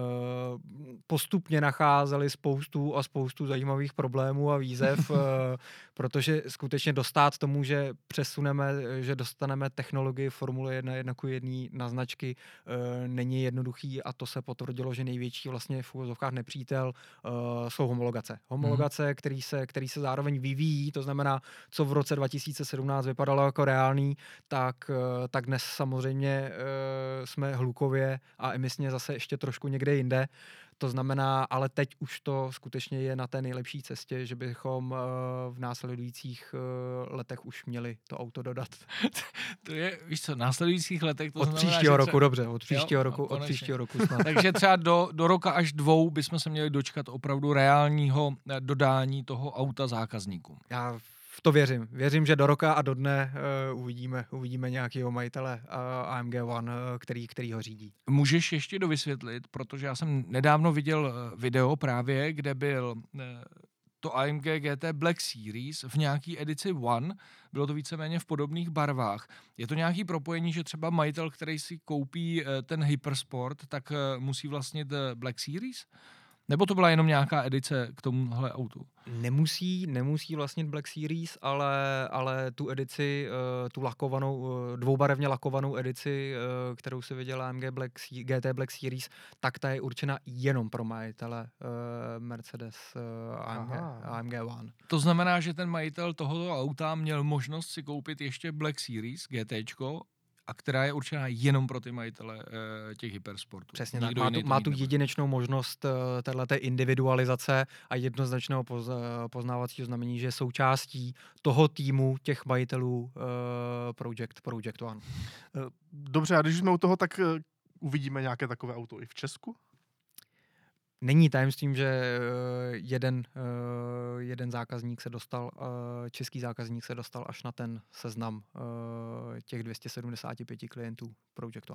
postupně nacházeli spoustu zajímavých problémů a výzev, protože skutečně dostat tomu, že dostaneme technologii Formule 1 1:1 na značky, není jednoduchý a to se potvrdilo, že největší vlastně v uvozovkách nepřítel jsou homologace. Homologace, který se zároveň vyvíjí, to znamená, co v roce 2017 vypadalo jako reálný, tak dnes samozřejmě jsme hlukově a emisně zase ještě trošku někde jinde. To znamená, ale teď už to skutečně je na té nejlepší cestě, že bychom v následujících letech už měli to auto dodat. To je, víš co, následujících letech to od znamená, příštího roku, dobře, od příštího roku snad. Takže třeba do roka až 2 bychom se měli dočkat opravdu reálního dodání toho auta zákazníkům. Já v to věřím. Věřím, že do roka a do dne uvidíme nějakého majitele AMG One, který ho řídí. Můžeš ještě dovysvětlit, protože já jsem nedávno viděl video právě, kde byl to AMG GT Black Series v nějaký edici One, bylo to víceméně v podobných barvách. Je to nějaký propojení, že třeba majitel, který si koupí ten Hypersport, tak musí vlastnit Black Series? Nebo to byla jenom nějaká edice k tomuhle autu? Nemusí vlastnit Black Series, ale tu edici, tu lakovanou, dvoubarevně lakovanou edici, kterou si viděl AMG GT Black Series, tak ta je určena jenom pro majitele Mercedes AMG One. To znamená, že ten majitel tohoto auta měl možnost si koupit ještě Black Series GTčko, a která je určená jenom pro ty majitele těch hypersportů. Přesně tak. Má tu jedinečnou možnost téhleté individualizace a jednoznačného poznávacího znamení, že je součástí toho týmu těch majitelů Project One. Dobře, a když jsme u toho, tak uvidíme nějaké takové auto i v Česku? Není tajemstvím, že jeden zákazník se dostal, český zákazník se dostal až na ten seznam těch 275 klientů Project One.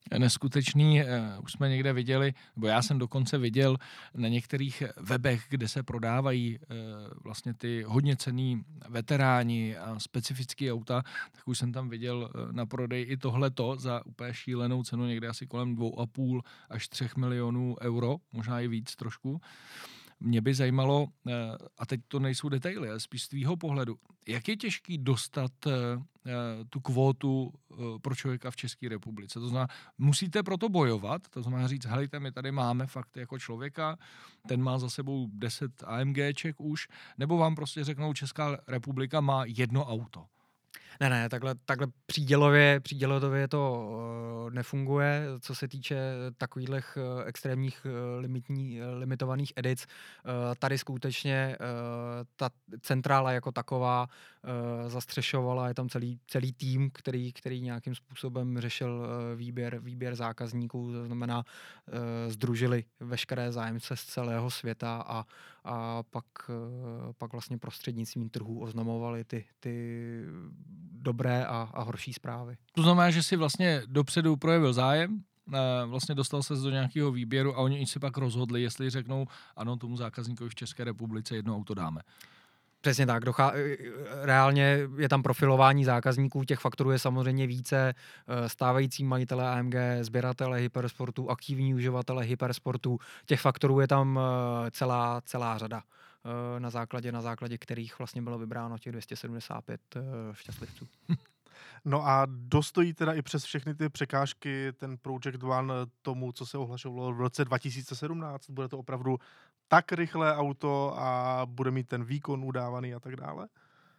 Neskutečný, už jsme někde viděli, nebo já jsem dokonce viděl na některých webech, kde se prodávají vlastně ty hodně cenný veteráni a specifické auta, tak už jsem tam viděl na prodej i tohleto za úplně šílenou cenu, někde asi kolem 2,5 až 3 milionů euro, možná i víc trošku. Mě by zajímalo, a teď to nejsou detaily, ale spíš z tvýho pohledu, jak je těžký dostat tu kvótu pro člověka v České republice. To znamená, musíte proto bojovat, to znamená říct, helejte, my tady máme fakt jako člověka, ten má za sebou 10 AMGček už, nebo vám prostě řeknou, Česká republika má 1 auto. Ne, takhle přídělově to nefunguje, co se týče takových extrémních limitovaných edic. Tady skutečně ta centrála jako taková zastřešovala, je tam celý tým, který nějakým způsobem řešil výběr zákazníků, to znamená sdružili veškeré zájemce z celého světa a pak vlastně prostřednictvím trhů oznamovali ty dobré a horší zprávy. To znamená, že si vlastně dopředu projevil zájem, vlastně dostal se do nějakého výběru a oni si pak rozhodli, jestli řeknou, ano, tomu zákazníkovi v České republice 1 auto dáme. Přesně tak. Reálně je tam profilování zákazníků, těch faktorů je samozřejmě více, stávající majitele AMG, sběratele hypersportu, aktivní uživatele hypersportu, těch faktorů je tam celá řada, na základě kterých vlastně bylo vybráno těch 275 šťastlivců. No a dostojí teda i přes všechny ty překážky ten Project One tomu, co se ohlašovalo v roce 2017? Bude to opravdu tak rychlé auto a bude mít ten výkon udávaný a tak dále?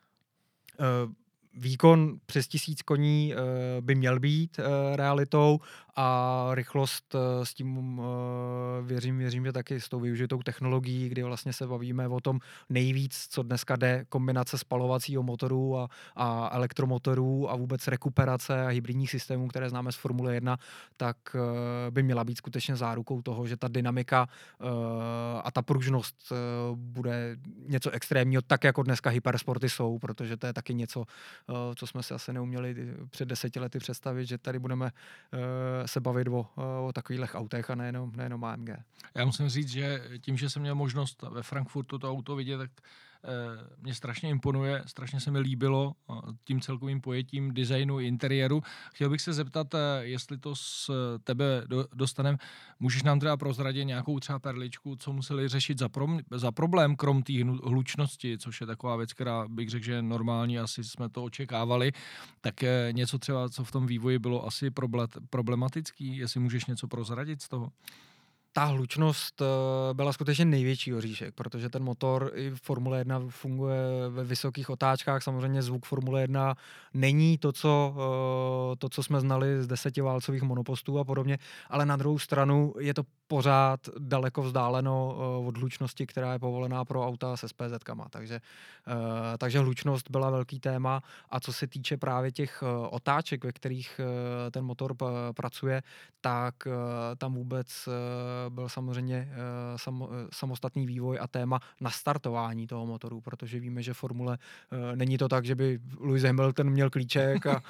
Výkon přes 1000 koní by měl být realitou a rychlost s tím věřím, že taky s tou využitou technologií, kdy vlastně se bavíme o tom nejvíc, co dneska jde, kombinace spalovacího motoru a elektromotorů a vůbec rekuperace a hybridních systémů, které známe z Formule 1, tak by měla být skutečně zárukou toho, že ta dynamika a ta pružnost bude něco extrémního, tak jako dneska hypersporty jsou, protože to je taky něco, co jsme si asi neuměli před 10 lety představit, že tady budeme se bavit o takových autech a nejenom AMG. Já musím říct, že tím, že jsem měl možnost ve Frankfurtu to auto vidět, tak mě strašně imponuje, strašně se mi líbilo tím celkovým pojetím designu, interiéru. Chtěl bych se zeptat, jestli to z tebe dostaneme, můžeš nám teda prozradit nějakou třeba perličku, co museli řešit za problém, krom té hlučnosti, což je taková věc, která bych řekl, že je normální, asi jsme to očekávali, tak něco třeba, co v tom vývoji bylo asi problematický, jestli můžeš něco prozradit z toho? Ta hlučnost byla skutečně největší oříšek, protože ten motor i v Formule 1 funguje ve vysokých otáčkách. Samozřejmě zvuk Formule 1 není to, co jsme znali z 10válcových monopostů a podobně, ale na druhou stranu je to pořád daleko vzdáleno od hlučnosti, která je povolená pro auta se SPZ-kama. Takže hlučnost byla velký téma a co se týče právě těch otáček, ve kterých ten motor pracuje, tak tam vůbec byl samozřejmě samostatný vývoj a téma nastartování toho motoru, protože víme, že Formule není to tak, že by Lewis Hamilton měl klíček a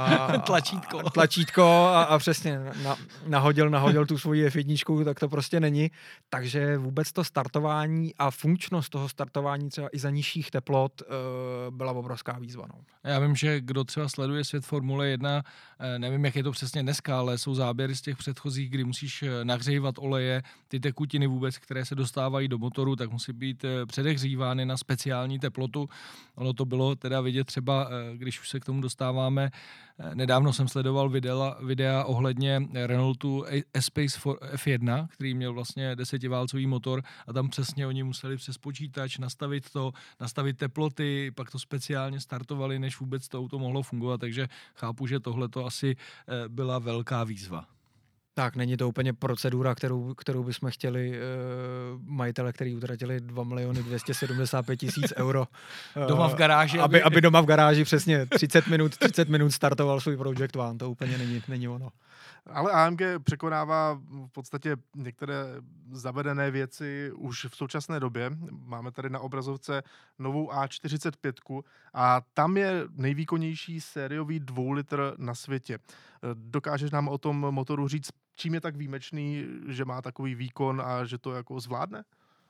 tlačítko a přesně nahodil tu svoji F1, tak to prostě není. Takže vůbec to startování a funkčnost toho startování třeba i za nižších teplot byla obrovská výzva. No. Já vím, že kdo třeba sleduje svět Formule 1, nevím, jak je to přesně dneska, ale jsou záběry z těch předchozích, kdy musíš nahřívat oleje, ty tekutiny vůbec, které se dostávají do motoru, tak musí být předehřívány na speciální teplotu. Ono to bylo teda vidět třeba, když už se k tomu dostáváme. Nedávno jsem sledoval videa ohledně Renaultu Espace F1, který měl vlastně 10válcový motor a tam přesně oni museli přes počítač nastavit teploty, pak to speciálně startovali, než vůbec to auto mohlo fungovat, takže chápu, že tohle to asi byla velká výzva. Tak, není to úplně procedura, kterou bychom chtěli majitele, který utratili 2 275 000 euro. Doma v garáži. Aby doma v garáži přesně 30 minut startoval svůj Project One. To úplně není ono. Ale AMG překonává v podstatě některé zavedené věci už v současné době. Máme tady na obrazovce novou A45 a tam je nejvýkonnější sériový 2 litr na světě. Dokážeš nám o tom motoru říct, čím je tak výjimečný, že má takový výkon a že to jako zvládne?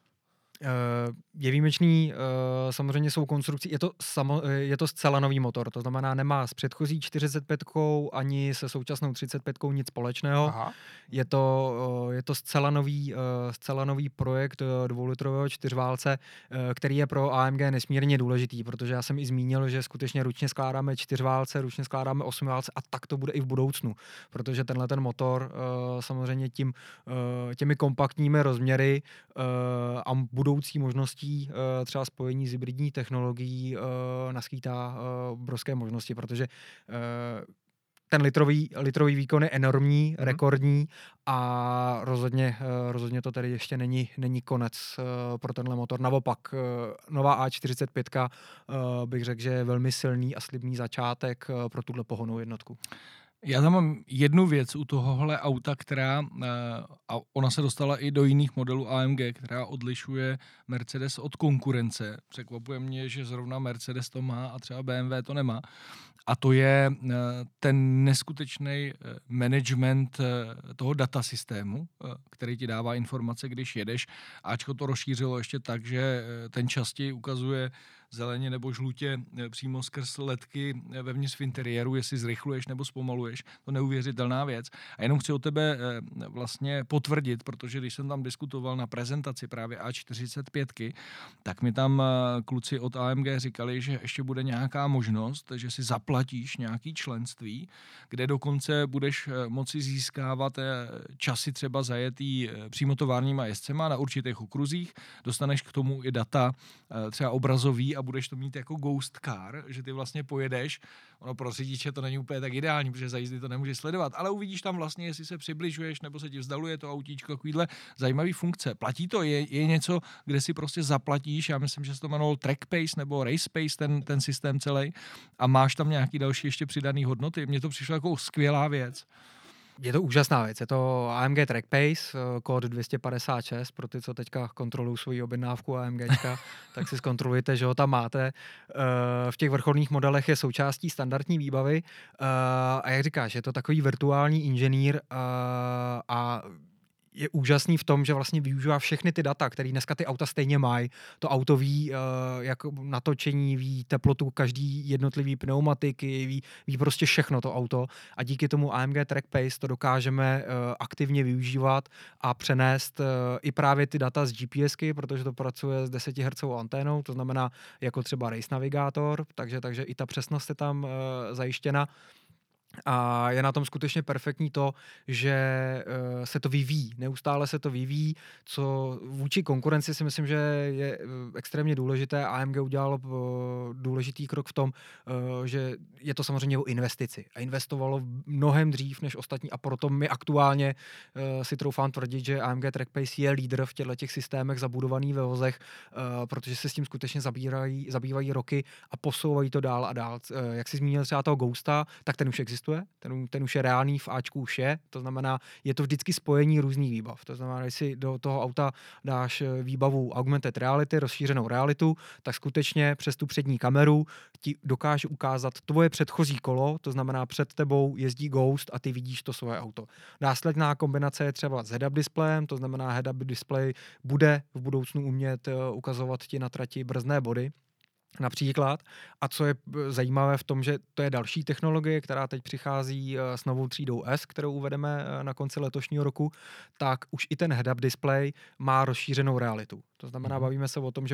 Je výjimečný, samozřejmě jsou konstrukcí, je to zcela nový motor, to znamená nemá s předchozí 45 ani se současnou 35 nic společného. Aha. Je to zcela nový projekt 2litrového čtyřválce, který je pro AMG nesmírně důležitý, protože já jsem i zmínil, že skutečně ručně skládáme čtyřválce, ručně skládáme osmiválce a tak to bude i v budoucnu, protože tenhle ten motor samozřejmě těmi kompaktními rozměry a budoucí možností třeba spojení s hybridní technologií naskýtá obrovské možnosti, protože ten litrový výkon je enormní, rekordní a rozhodně to tady ještě není konec pro tenhle motor. Naopak, nová A45 bych řekl, že je velmi silný a slibný začátek pro tuhle pohonnou jednotku. Já tam mám jednu věc u tohohle auta, a ona se dostala i do jiných modelů AMG, která odlišuje Mercedes od konkurence. Překvapuje mě, že zrovna Mercedes to má a třeba BMW to nemá. A to je ten neskutečný management toho datasystému, který ti dává informace, když jedeš. Ačko to rozšířilo ještě tak, že ten čas ti ukazuje zeleně nebo žlutě přímo skrz ledky vevnitř v interiéru, jestli zrychluješ nebo zpomaluješ. To neuvěřitelná věc. A jenom chci o tebe vlastně potvrdit, protože když jsem tam diskutoval na prezentaci právě A45, tak mi tam kluci od AMG říkali, že ještě bude nějaká možnost, že si zaplatíš nějaký členství, kde dokonce budeš moci získávat časy třeba zajetý přímo továrníma jezdcema na určitých okruzích, dostaneš k tomu i data třeba obrazový a budeš to mít jako ghost car, že ty vlastně pojedeš. Ono pro řidiče to není úplně tak ideální, protože za jízdy to nemůžeš sledovat, ale uvidíš tam vlastně, jestli se přibližuješ nebo se ti vzdaluje to autíčko, takovýhle zajímavý funkce. Platí to? Je něco, kde si prostě zaplatíš, já myslím, že se to jmenovalo TrackPace nebo RacePace, ten systém celý, a máš tam nějaký další ještě přidaný hodnoty. Mně to přišlo jako skvělá věc. Je to úžasná věc, je to AMG TrackPace, kód 256, pro ty, co teďka kontrolují svoji objednávku AMGčka, tak si zkontrolujte, že ho tam máte. V těch vrcholných modelech je součástí standardní výbavy a jak říkáš, je to takový virtuální inženýr a je úžasný v tom, že vlastně využívá všechny ty data, které dneska ty auta stejně mají. To auto ví, jak natočení, ví teplotu každý jednotlivý pneumatiky, ví prostě všechno to auto a díky tomu AMG TrackPace to dokážeme aktivně využívat a přenést i právě ty data z GPSky, protože to pracuje s 10 Hz anténou, to znamená jako třeba Race Navigator, takže i ta přesnost je tam zajištěna. A je na tom skutečně perfektní to, že se to vyvíjí, neustále se to vyvíjí, co vůči konkurenci si myslím, že je extrémně důležité. AMG udělalo důležitý krok v tom, že je to samozřejmě o investici a investovalo mnohem dřív než ostatní a proto my aktuálně si troufám tvrdit, že AMG TrackPace je lídr v těchto těch systémech zabudovaný ve vozech, protože se s tím skutečně zabývají roky a posouvají to dál a dál. Jak jsi zmínil třeba toho Ghosta, tak ten už existuje. Ten už je reálný, v Ačku už je, to znamená, je to vždycky spojení různých výbav. To znamená, když si do toho auta dáš výbavu augmented reality, rozšířenou realitu, tak skutečně přes tu přední kameru ti dokáže ukázat tvoje předchozí kolo, to znamená, před tebou jezdí Ghost a ty vidíš to svoje auto. Následná kombinace je třeba s head-up displejem, to znamená, head-up display bude v budoucnu umět ukazovat ti na trati brzdné body, například. A co je zajímavé v tom, že to je další technologie, která teď přichází s novou třídou S, kterou uvedeme na konci letošního roku, tak už i ten head-up display má rozšířenou realitu. To znamená, bavíme se o tom, že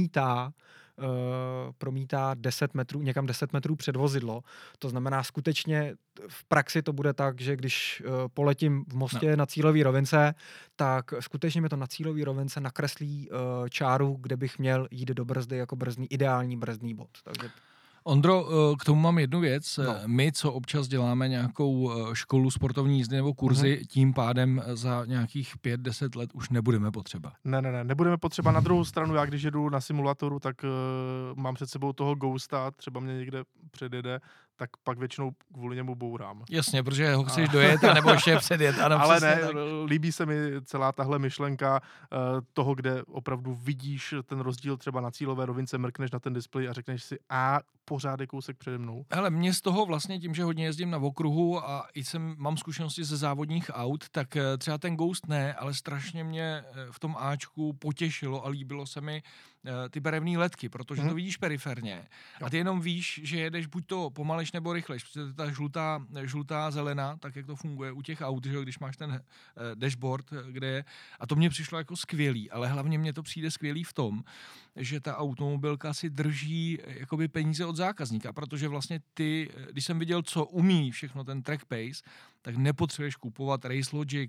promítá 10 metrů, někam 10 metrů před vozidlo. To znamená, skutečně v praxi to bude tak, že když poletím v mostě na cílové rovince, tak skutečně mi to na cílové rovince nakreslí čáru, kde bych měl jít do brzdy jako ideální brzdný bod. Takže Ondro, k tomu mám jednu věc. No. My, co občas děláme nějakou školu sportovní jízdy nebo kurzy, tím pádem za nějakých 5-10 let už nebudeme potřeba. Ne, nebudeme potřeba. Na druhou stranu, já když jedu na simulatoru, tak mám před sebou toho Ghosta, třeba mě někde předjede, tak pak většinou kvůli němu bourám. Jasně, protože ho chceš dojet, anebo ještě předjet. Ano, ale ne, tak. líbí se mi celá tahle myšlenka toho, kde opravdu vidíš ten rozdíl třeba na cílové rovince, mrkneš na ten displej a řekneš si, pořád je kousek přede mnou. Hele, mě z toho vlastně tím, že hodně jezdím na okruhu a i mám zkušenosti ze závodních aut, tak třeba ten Ghost ne, ale strašně mě v tom Ačku potěšilo a líbilo se mi ty barevné ledky, protože to vidíš periferně. A ty jenom víš, že jedeš buď to pomaleš nebo rychlejš, protože ta žlutá, zelená, tak jak to funguje u těch aut, že když máš ten dashboard, kde je. A to mně přišlo jako skvělý, ale hlavně mně to přijde skvělý v tom, že ta automobilka si drží jakoby peníze od zákazníka, protože vlastně ty, když jsem viděl, co umí všechno ten TrackPace, tak nepotřebuješ kupovat Race Logic,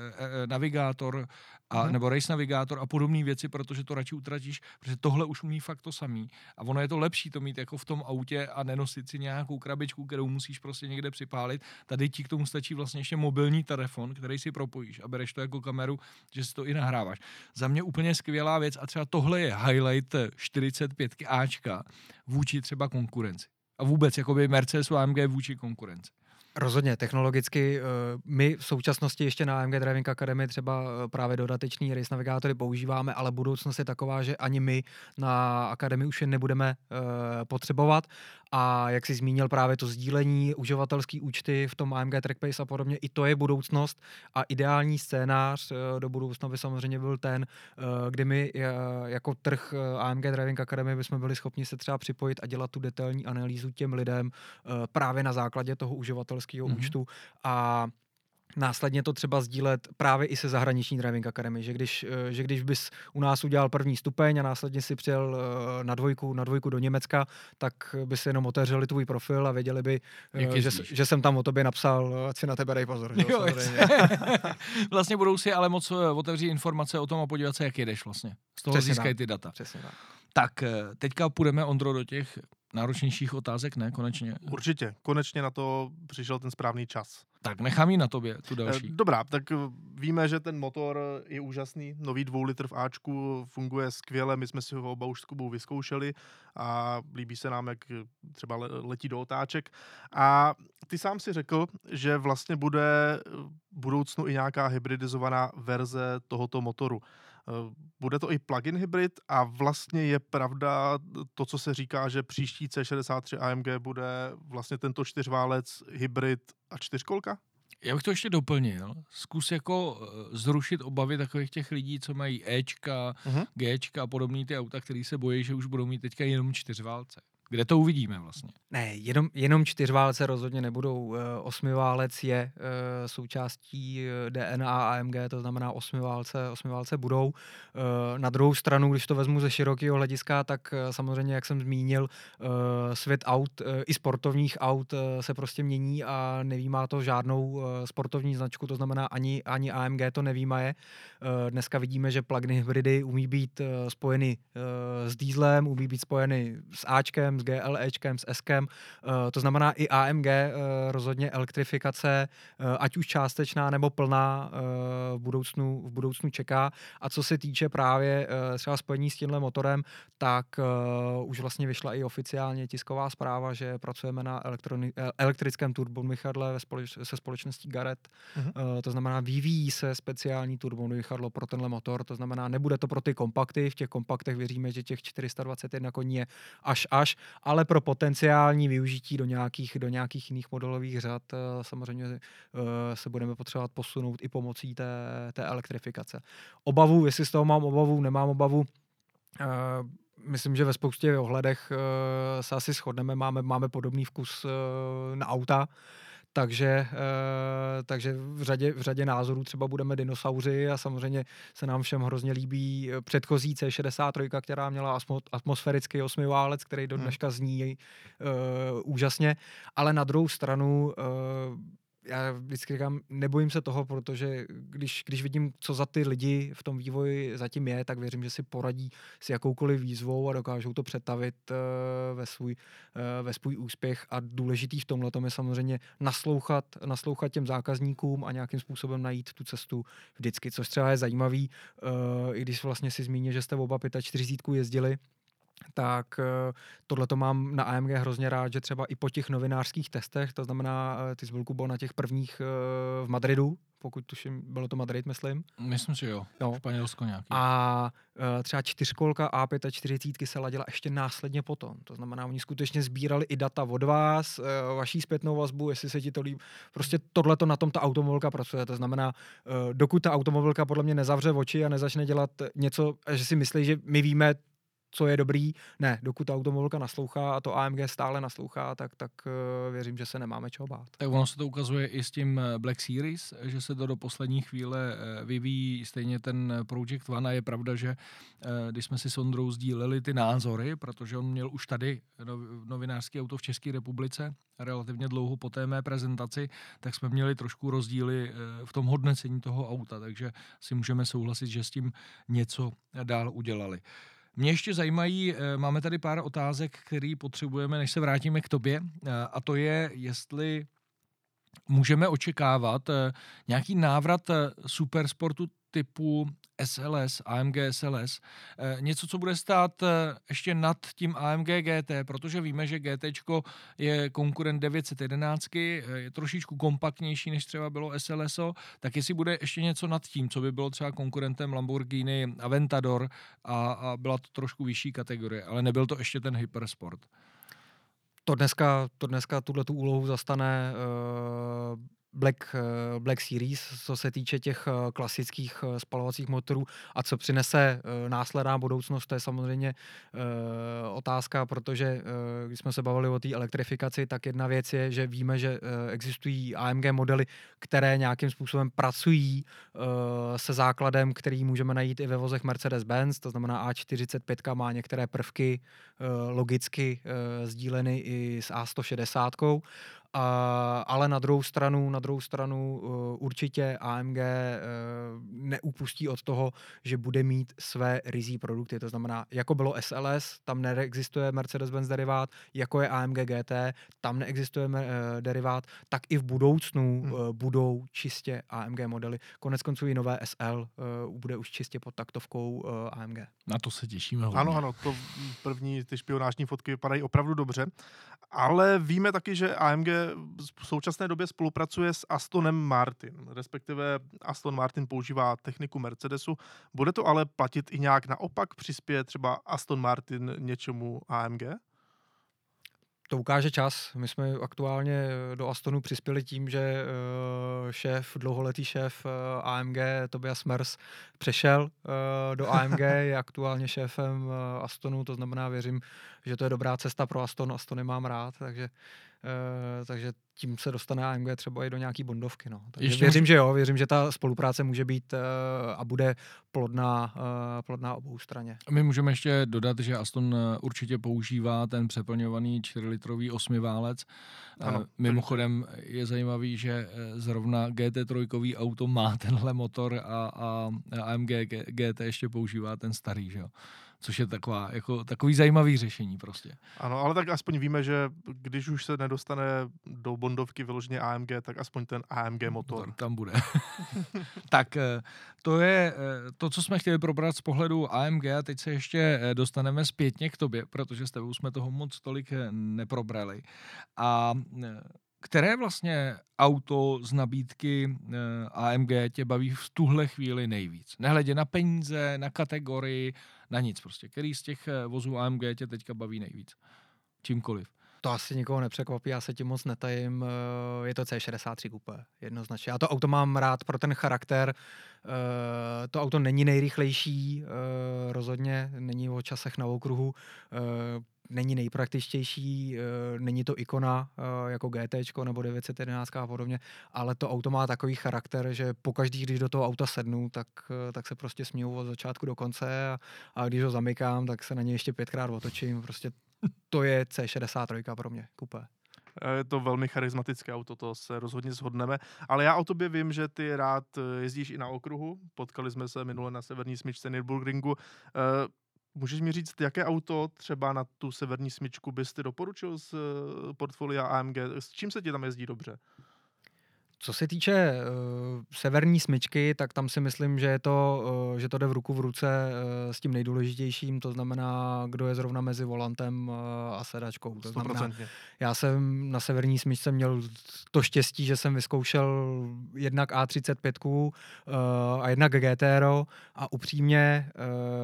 navigátor nebo Race Navigátor a podobné věci, protože to radši utratíš, protože tohle už umí fakt to samý. A ono je to lepší to mít jako v tom autě a nenosit si nějakou krabičku, kterou musíš prostě někde připálit. Tady ti k tomu stačí vlastně ještě mobilní telefon, který si propojíš a bereš to jako kameru, že si to i nahráváš. Za mě úplně skvělá věc a třeba tohle je highlight 45 Ačka vůči třeba konkurenci. A vůbec jakoby Mercedes AMG vůči konkurenci. Rozhodně, technologicky my v současnosti ještě na AMG Driving Academy třeba právě dodatečný race navigátory používáme, ale budoucnost je taková, že ani my na akademii už je nebudeme potřebovat a jak jsi zmínil právě to sdílení, uživatelský účty v tom AMG TrackPace a podobně, i to je budoucnost a ideální scénář do budoucna by samozřejmě byl ten, kdy my jako trh AMG Driving Academy bychom byli schopni se třeba připojit a dělat tu detailní analýzu těm lidem právě na základě toho uživatelského účtu a následně to třeba sdílet právě i se zahraniční Driving Academy, že když bys u nás udělal první stupeň a následně si přijel na dvojku do Německa, tak by si jenom otevřeli tvůj profil a věděli by, že jsem tam o tobě napsal, ať si na tebe dej pozor. Jo, vlastně budou si ale moc otevřít informace o tom a podívat se, jak jedeš vlastně. Z toho získají ty data. Přesně tak. Tak teďka půjdeme, Ondro, do těch náročnějších otázek, ne? Konečně. Určitě. Konečně na to přišel ten správný čas. Tak nechám ji na tobě, tu další. Dobrá, tak víme, že ten motor je úžasný. Nový 2 litr v Ačku funguje skvěle. My jsme si ho oba už s Kubou vyzkoušeli a líbí se nám, jak třeba letí do otáček. A ty sám si řekl, že vlastně bude v budoucnu i nějaká hybridizovaná verze tohoto motoru. Bude to i plug-in hybrid a vlastně je pravda to, co se říká, že příští C63 AMG bude vlastně tento 4válec hybrid a 4kolka? Já bych to ještě doplnil. Zkus jako zrušit obavy takových těch lidí, co mají Ečka, Gčka a podobný ty auta, který se bojí, že už budou mít teďka jenom 4válce. Kde to uvidíme vlastně? Ne, jenom 4válce rozhodně nebudou. 8válec je součástí DNA AMG, to znamená 8válce budou. Na druhou stranu, když to vezmu ze širokého hlediska, tak samozřejmě, jak jsem zmínil, svět aut, i sportovních aut se prostě mění a nevímá to žádnou sportovní značku, to znamená ani AMG to nevímaje. Dneska vidíme, že plug-in hybridy umí být spojeny s dieslem, umí být spojeny s Ačkem, s GLEčkem, s Skem, to znamená i AMG rozhodně elektrifikace, ať už částečná nebo plná v budoucnu čeká. A co se týče právě třeba spojení s tímhle motorem, tak už vlastně vyšla i oficiálně tisková zpráva, že pracujeme na elektrickém turbomychadle se společností Garrett. To znamená, vyvíjí se speciální turbomychadlo pro tenhle motor, to znamená, nebude to pro ty kompakty, v těch kompaktech věříme, že těch 421 koní je až, ale pro potenciální využití do nějakých jiných modelových řad samozřejmě se budeme potřebovat posunout i pomocí té elektrifikace. Obavu, jestli z toho mám obavu, nemám obavu, myslím, že ve spoustě ohledech se asi shodneme, máme podobný vkus na auta, takže v řadě názorů třeba budeme dinosauři a samozřejmě se nám všem hrozně líbí předchozí C63, která měla atmosférický 8válec, který do dneška zní úžasně, ale na druhou stranu já vždycky říkám, nebojím se toho, protože když vidím, co za ty lidi v tom vývoji zatím je, tak věřím, že si poradí s jakoukoliv výzvou a dokážou to přetavit ve svůj úspěch. A důležitý v tomhletom je samozřejmě naslouchat těm zákazníkům a nějakým způsobem najít tu cestu vždycky, což třeba je zajímavý, i když vlastně si zmínil, že jste oba 45 jezdili, tak tohle to mám na AMG hrozně rád, že třeba i po těch novinářských testech, to znamená, ty jsi byl, Kubo, na těch prvních v Madridu, pokud tuším, bylo to Madrid, myslím. Myslím si, jo. Španělsko nějaký. A třeba 4kolka A45 se ladila ještě následně potom. To znamená, oni skutečně sbírali i data od vás, vaší zpětnou vazbu, jestli se ti to líbí. Prostě tohleto na tom ta automobilka pracuje. To znamená, dokud ta automobilka podle mě nezavře oči a nezačne dělat něco, že si myslí, že my víme, co je dobrý. Ne, dokud ta automobilka naslouchá a to AMG stále naslouchá, tak věřím, že se nemáme čeho bát. Tak ono se to ukazuje i s tím Black Series, že se to do poslední chvíle vyvíjí stejně ten Project One a je pravda, že když jsme si s Ondrou sdíleli ty názory, protože on měl už tady novinářský auto v České republice relativně dlouho po té mé prezentaci, tak jsme měli trošku rozdíly v tom hodnocení toho auta, takže si můžeme souhlasit, že s tím něco dál udělali. Mě ještě zajímají, máme tady pár otázek, které potřebujeme, než se vrátíme k tobě, a to je, jestli můžeme očekávat nějaký návrat supersportu typu SLS, AMG SLS, něco, co bude stát ještě nad tím AMG GT, protože víme, že GTčko je konkurent 911, je trošičku kompaktnější, než třeba bylo SLSO, tak jestli bude ještě něco nad tím, co by bylo třeba konkurentem Lamborghini Aventador a byla to trošku vyšší kategorie, ale nebyl to ještě ten hypersport. To dneska tuhletu úlohu zastane Black Series, co se týče těch klasických spalovacích motorů a co přinese následná budoucnost, to je samozřejmě otázka, protože když jsme se bavili o té elektrifikaci, tak jedna věc je, že víme, že existují AMG modely, které nějakým způsobem pracují se základem, který můžeme najít i ve vozech Mercedes-Benz, to znamená A45 má některé prvky logicky sdíleny i s A160, ale na druhou stranu určitě AMG neupustí od toho, že bude mít své ryzí produkty. To znamená, jako bylo SLS, tam neexistuje Mercedes-Benz derivát, jako je AMG GT, tam neexistuje derivát, tak i v budoucnu budou čistě AMG modely. Koneckonců i nové SL bude už čistě pod taktovkou AMG. Na to se těšíme hodně. Ano, to první, ty špionážní fotky vypadají opravdu dobře, ale víme taky, že AMG v současné době spolupracuje s Astonem Martin, respektive Aston Martin používá techniku Mercedesu. Bude to ale platit i nějak naopak, přispěje třeba Aston Martin něčemu AMG? To ukáže čas. My jsme aktuálně do Astonu přispěli tím, že dlouholetý šéf AMG Tobias Mers přešel do AMG, je aktuálně šéfem Astonu, to znamená, věřím, že to je dobrá cesta pro Aston. Astony mám rád, takže tím se dostane AMG třeba i do nějaký bondovky. No. Takže věřím, že ta spolupráce může být a bude plodná obou straně. My můžeme ještě dodat, že Aston určitě používá ten přeplňovaný 4-litrový 8válec. Ano, mimochodem je zajímavý, že zrovna GT3 auto má tenhle motor a AMG GT ještě používá ten starý, že jo? Což je takový zajímavý řešení prostě. Ano, ale tak aspoň víme, že když už se nedostane do bondovky vyloženě AMG, tak aspoň ten AMG motor tam bude. Tak to je to, co jsme chtěli probrat z pohledu AMG a teď se ještě dostaneme zpětně k tobě, protože s tebou jsme toho moc tolik neprobrali. A které vlastně auto z nabídky AMG tě baví v tuhle chvíli nejvíc? Nehledě na peníze, na kategorii, na nic prostě. Který z těch vozů AMG tě teďka baví nejvíc? Čímkoliv. To asi nikoho nepřekvapí, já se tím moc netajím. Je to C63 Coupé, jednoznačně. Já to auto mám rád pro ten charakter. To auto není nejrychlejší, rozhodně není o časech na okruhu. Není nejpraktičtější, není to ikona jako GTčko nebo 911 a podobně, ale to auto má takový charakter, že pokaždý, když do toho auta sednu, tak se prostě směju od začátku do konce a když ho zamykám, tak se na něj ještě 5krát otočím. Prostě to je C63 pro mě, kupé. Je to velmi charismatické auto, to se rozhodně shodneme, ale já o tobě vím, že ty rád jezdíš i na okruhu, potkali jsme se minule na severní smyčce Nürburgringu. Můžeš mi říct, jaké auto třeba na tu severní smyčku bys ty doporučil z portfolia AMG? S čím se ti tam jezdí dobře? Co se týče severní smyčky, tak tam si myslím, že to jde v ruku v ruce s tím nejdůležitějším, to znamená, kdo je zrovna mezi volantem a sedačkou. To znamená, já jsem na severní smyčce měl to štěstí, že jsem vyzkoušel jednak A35 a jednak GTR a upřímně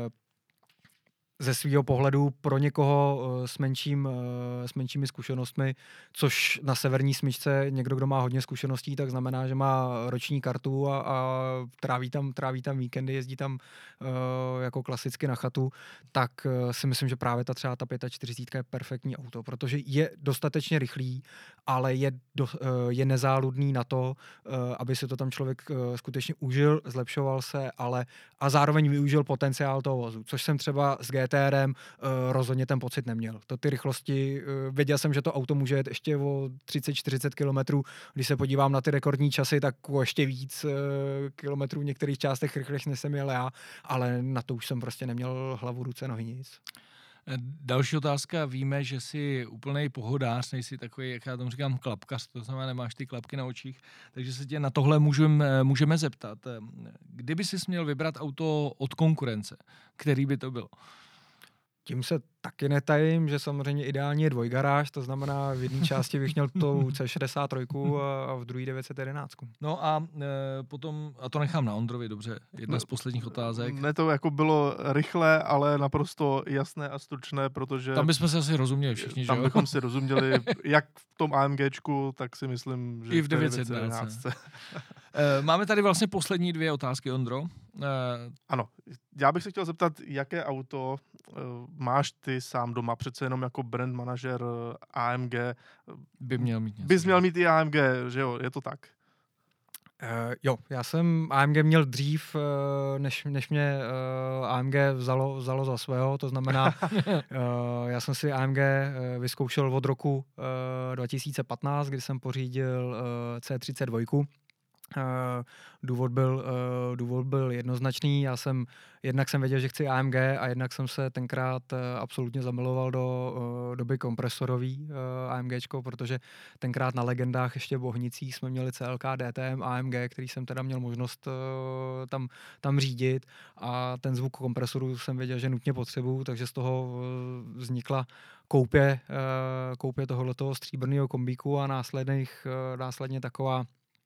ze svého pohledu pro někoho s menšími zkušenostmi, což na severní smyčce někdo, kdo má hodně zkušeností, tak znamená, že má roční kartu a tráví tam víkendy, jezdí tam jako klasicky na chatu, tak si myslím, že právě třeba ta 45 je perfektní auto, protože je dostatečně rychlý, ale je nezáludný na to, aby si to tam člověk skutečně užil, zlepšoval se, a zároveň využil potenciál toho vozu, což jsem třeba s GTRem rozhodně ten pocit neměl. To ty rychlosti, věděl jsem, že to auto může jet ještě o 30-40 kilometrů. Když se podívám na ty rekordní časy, tak o ještě víc kilometrů v některých částech rychlejš než jsem jel já, ale na to už jsem prostě neměl hlavu, ruce, nohy, nic. Další otázka. Víme, že jsi úplnej pohodář, nejsi takový, jak já tomu říkám, klapkař, to znamená, nemáš ty klapky na očích, takže se tě na tohle můžeme zeptat. Kdyby jsi měl vybrat auto od konkurence, který by to byl? Tím se taky netajím, že samozřejmě ideálně je dvojgaráž, to znamená v jedné části bych měl tu C63 a v druhé 911. No a potom, a to nechám na Ondrovi, dobře, jedna z posledních otázek. Ne, to jako bylo rychle, ale naprosto jasné a stručné, protože... Tam bychom se asi rozuměli všichni, že jo? Tam bychom si rozuměli, jak v tom AMGčku, tak si myslím, že i v 911. Máme tady vlastně poslední dvě otázky, Ondro. Ano, já bych se chtěl zeptat, jaké auto máš ty sám doma, přece jenom jako brand manažer AMG. By měl mít něco. Bys měl mít i AMG, že jo, je to tak? Jo, já jsem AMG měl dřív, než mě AMG vzalo za svého, to znamená, já jsem si AMG vyzkoušel od roku 2015, kdy jsem pořídil C32. Důvod byl jednoznačný. Jednak jsem věděl, že chci AMG a jednak jsem se tenkrát absolutně zamiloval do doby kompresorový AMGčko, protože tenkrát na legendách ještě v Bohnicích jsme měli CLK DTM AMG, který jsem teda měl možnost tam řídit a ten zvuk kompresoru jsem věděl, že nutně potřebuju, takže z toho vznikla koupě tohoto stříbrného kombíku a následně taková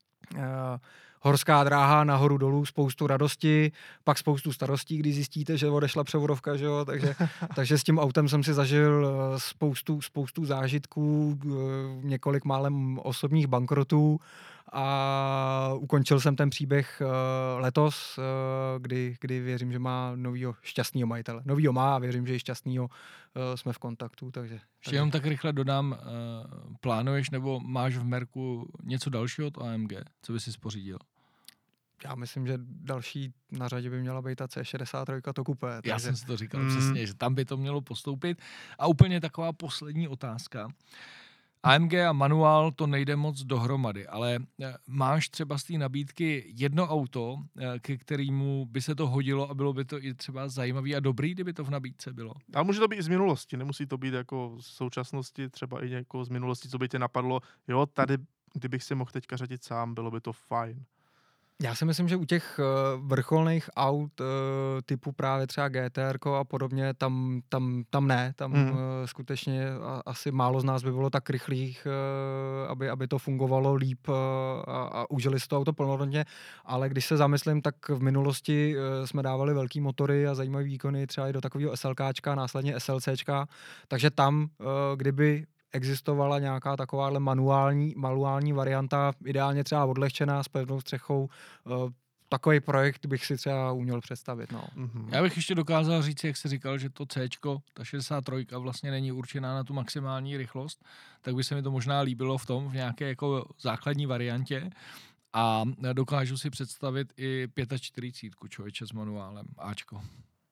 horská dráha nahoru dolů, spoustu radosti, pak spoustu starostí, když zjistíte, že odešla převodovka, že jo, takže s tím autem jsem si zažil spoustu zážitků, několik málem osobních bankrotů a ukončil jsem ten příběh letos, kdy věřím, že má novýho šťastného majitele. Novýho má a věřím, že i šťastného jsme v kontaktu, takže... Ještě jenom tak rychle dodám, plánuješ nebo máš v merku něco dalšího od AMG, co by si spořídil? Já myslím, že další na řadě by měla být ta C63 to kupé. Takže... Já jsem si to říkal přesně, že tam by to mělo postoupit. A úplně taková poslední otázka. AMG a manuál to nejde moc dohromady, ale máš třeba z té nabídky jedno auto, ke kterému by se to hodilo a bylo by to i třeba zajímavý a dobrý, kdyby to v nabídce bylo? A může to být i z minulosti, nemusí to být jako z současnosti, třeba i jako z minulosti, co by tě napadlo, jo, tady, kdybych si mohl teďka řadit sám, bylo by to fajn. Já si myslím, že u těch vrcholných aut typu právě třeba GTR a podobně, tam skutečně asi málo z nás by bylo tak rychlých, aby to fungovalo líp a užili si to auto plnohodnotně, ale když se zamyslím, tak v minulosti jsme dávali velký motory a zajímavé výkony třeba i do takového SLKčka, následně SLCčka, takže tam, kdyby existovala nějaká takováhle manuální varianta, ideálně třeba odlehčená s pevnou střechou. Takový projekt bych si třeba uměl představit. No. Já bych ještě dokázal říct, jak jsi říkal, že to Cčko, ta 63 vlastně není určená na tu maximální rychlost, tak by se mi to možná líbilo v nějaké jako základní variantě. A dokážu si představit i 45 člověče s manuálem, Ačko.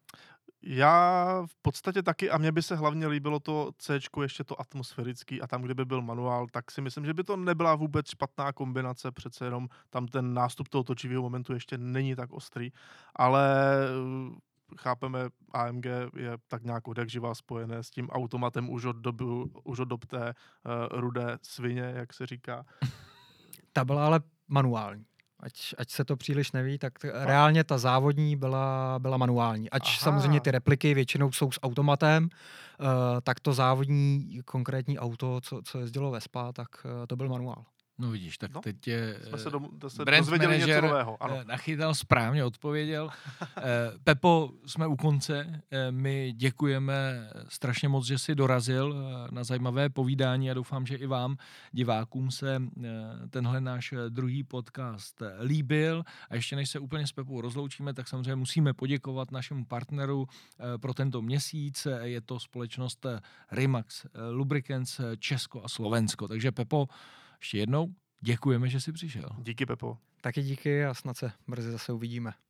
Já v podstatě taky a mně by se hlavně líbilo to Cčko, ještě to atmosférický a tam, kdyby byl manuál, tak si myslím, že by to nebyla vůbec špatná kombinace, přece jenom tam ten nástup toho točivého momentu ještě není tak ostrý, ale chápeme, AMG je tak nějak odjakživa spojené s tím automatem už od dob té rudé svině, jak se říká. Ta byla ale manuální. Ať se to příliš neví, tak reálně ta závodní byla manuální. Ač samozřejmě ty repliky většinou jsou s automatem, tak to závodní konkrétní auto, co jezdilo ve Spa, tak to byl manuál. No vidíš, tak teď je jsme se brand dozvěděli něco manager nového. Ano. nachytal, správně odpověděl. Pepo, jsme u konce. My děkujeme strašně moc, že jsi dorazil na zajímavé povídání a doufám, že i vám, divákům, se tenhle náš druhý podcast líbil. A ještě než se úplně s Pepou rozloučíme, tak samozřejmě musíme poděkovat našemu partneru pro tento měsíc. Je to společnost Rimax Lubricants Česko a Slovensko. Takže Pepo, ještě jednou děkujeme, že jsi přišel. Díky, Pepo. Taky díky a snad se brzy zase uvidíme.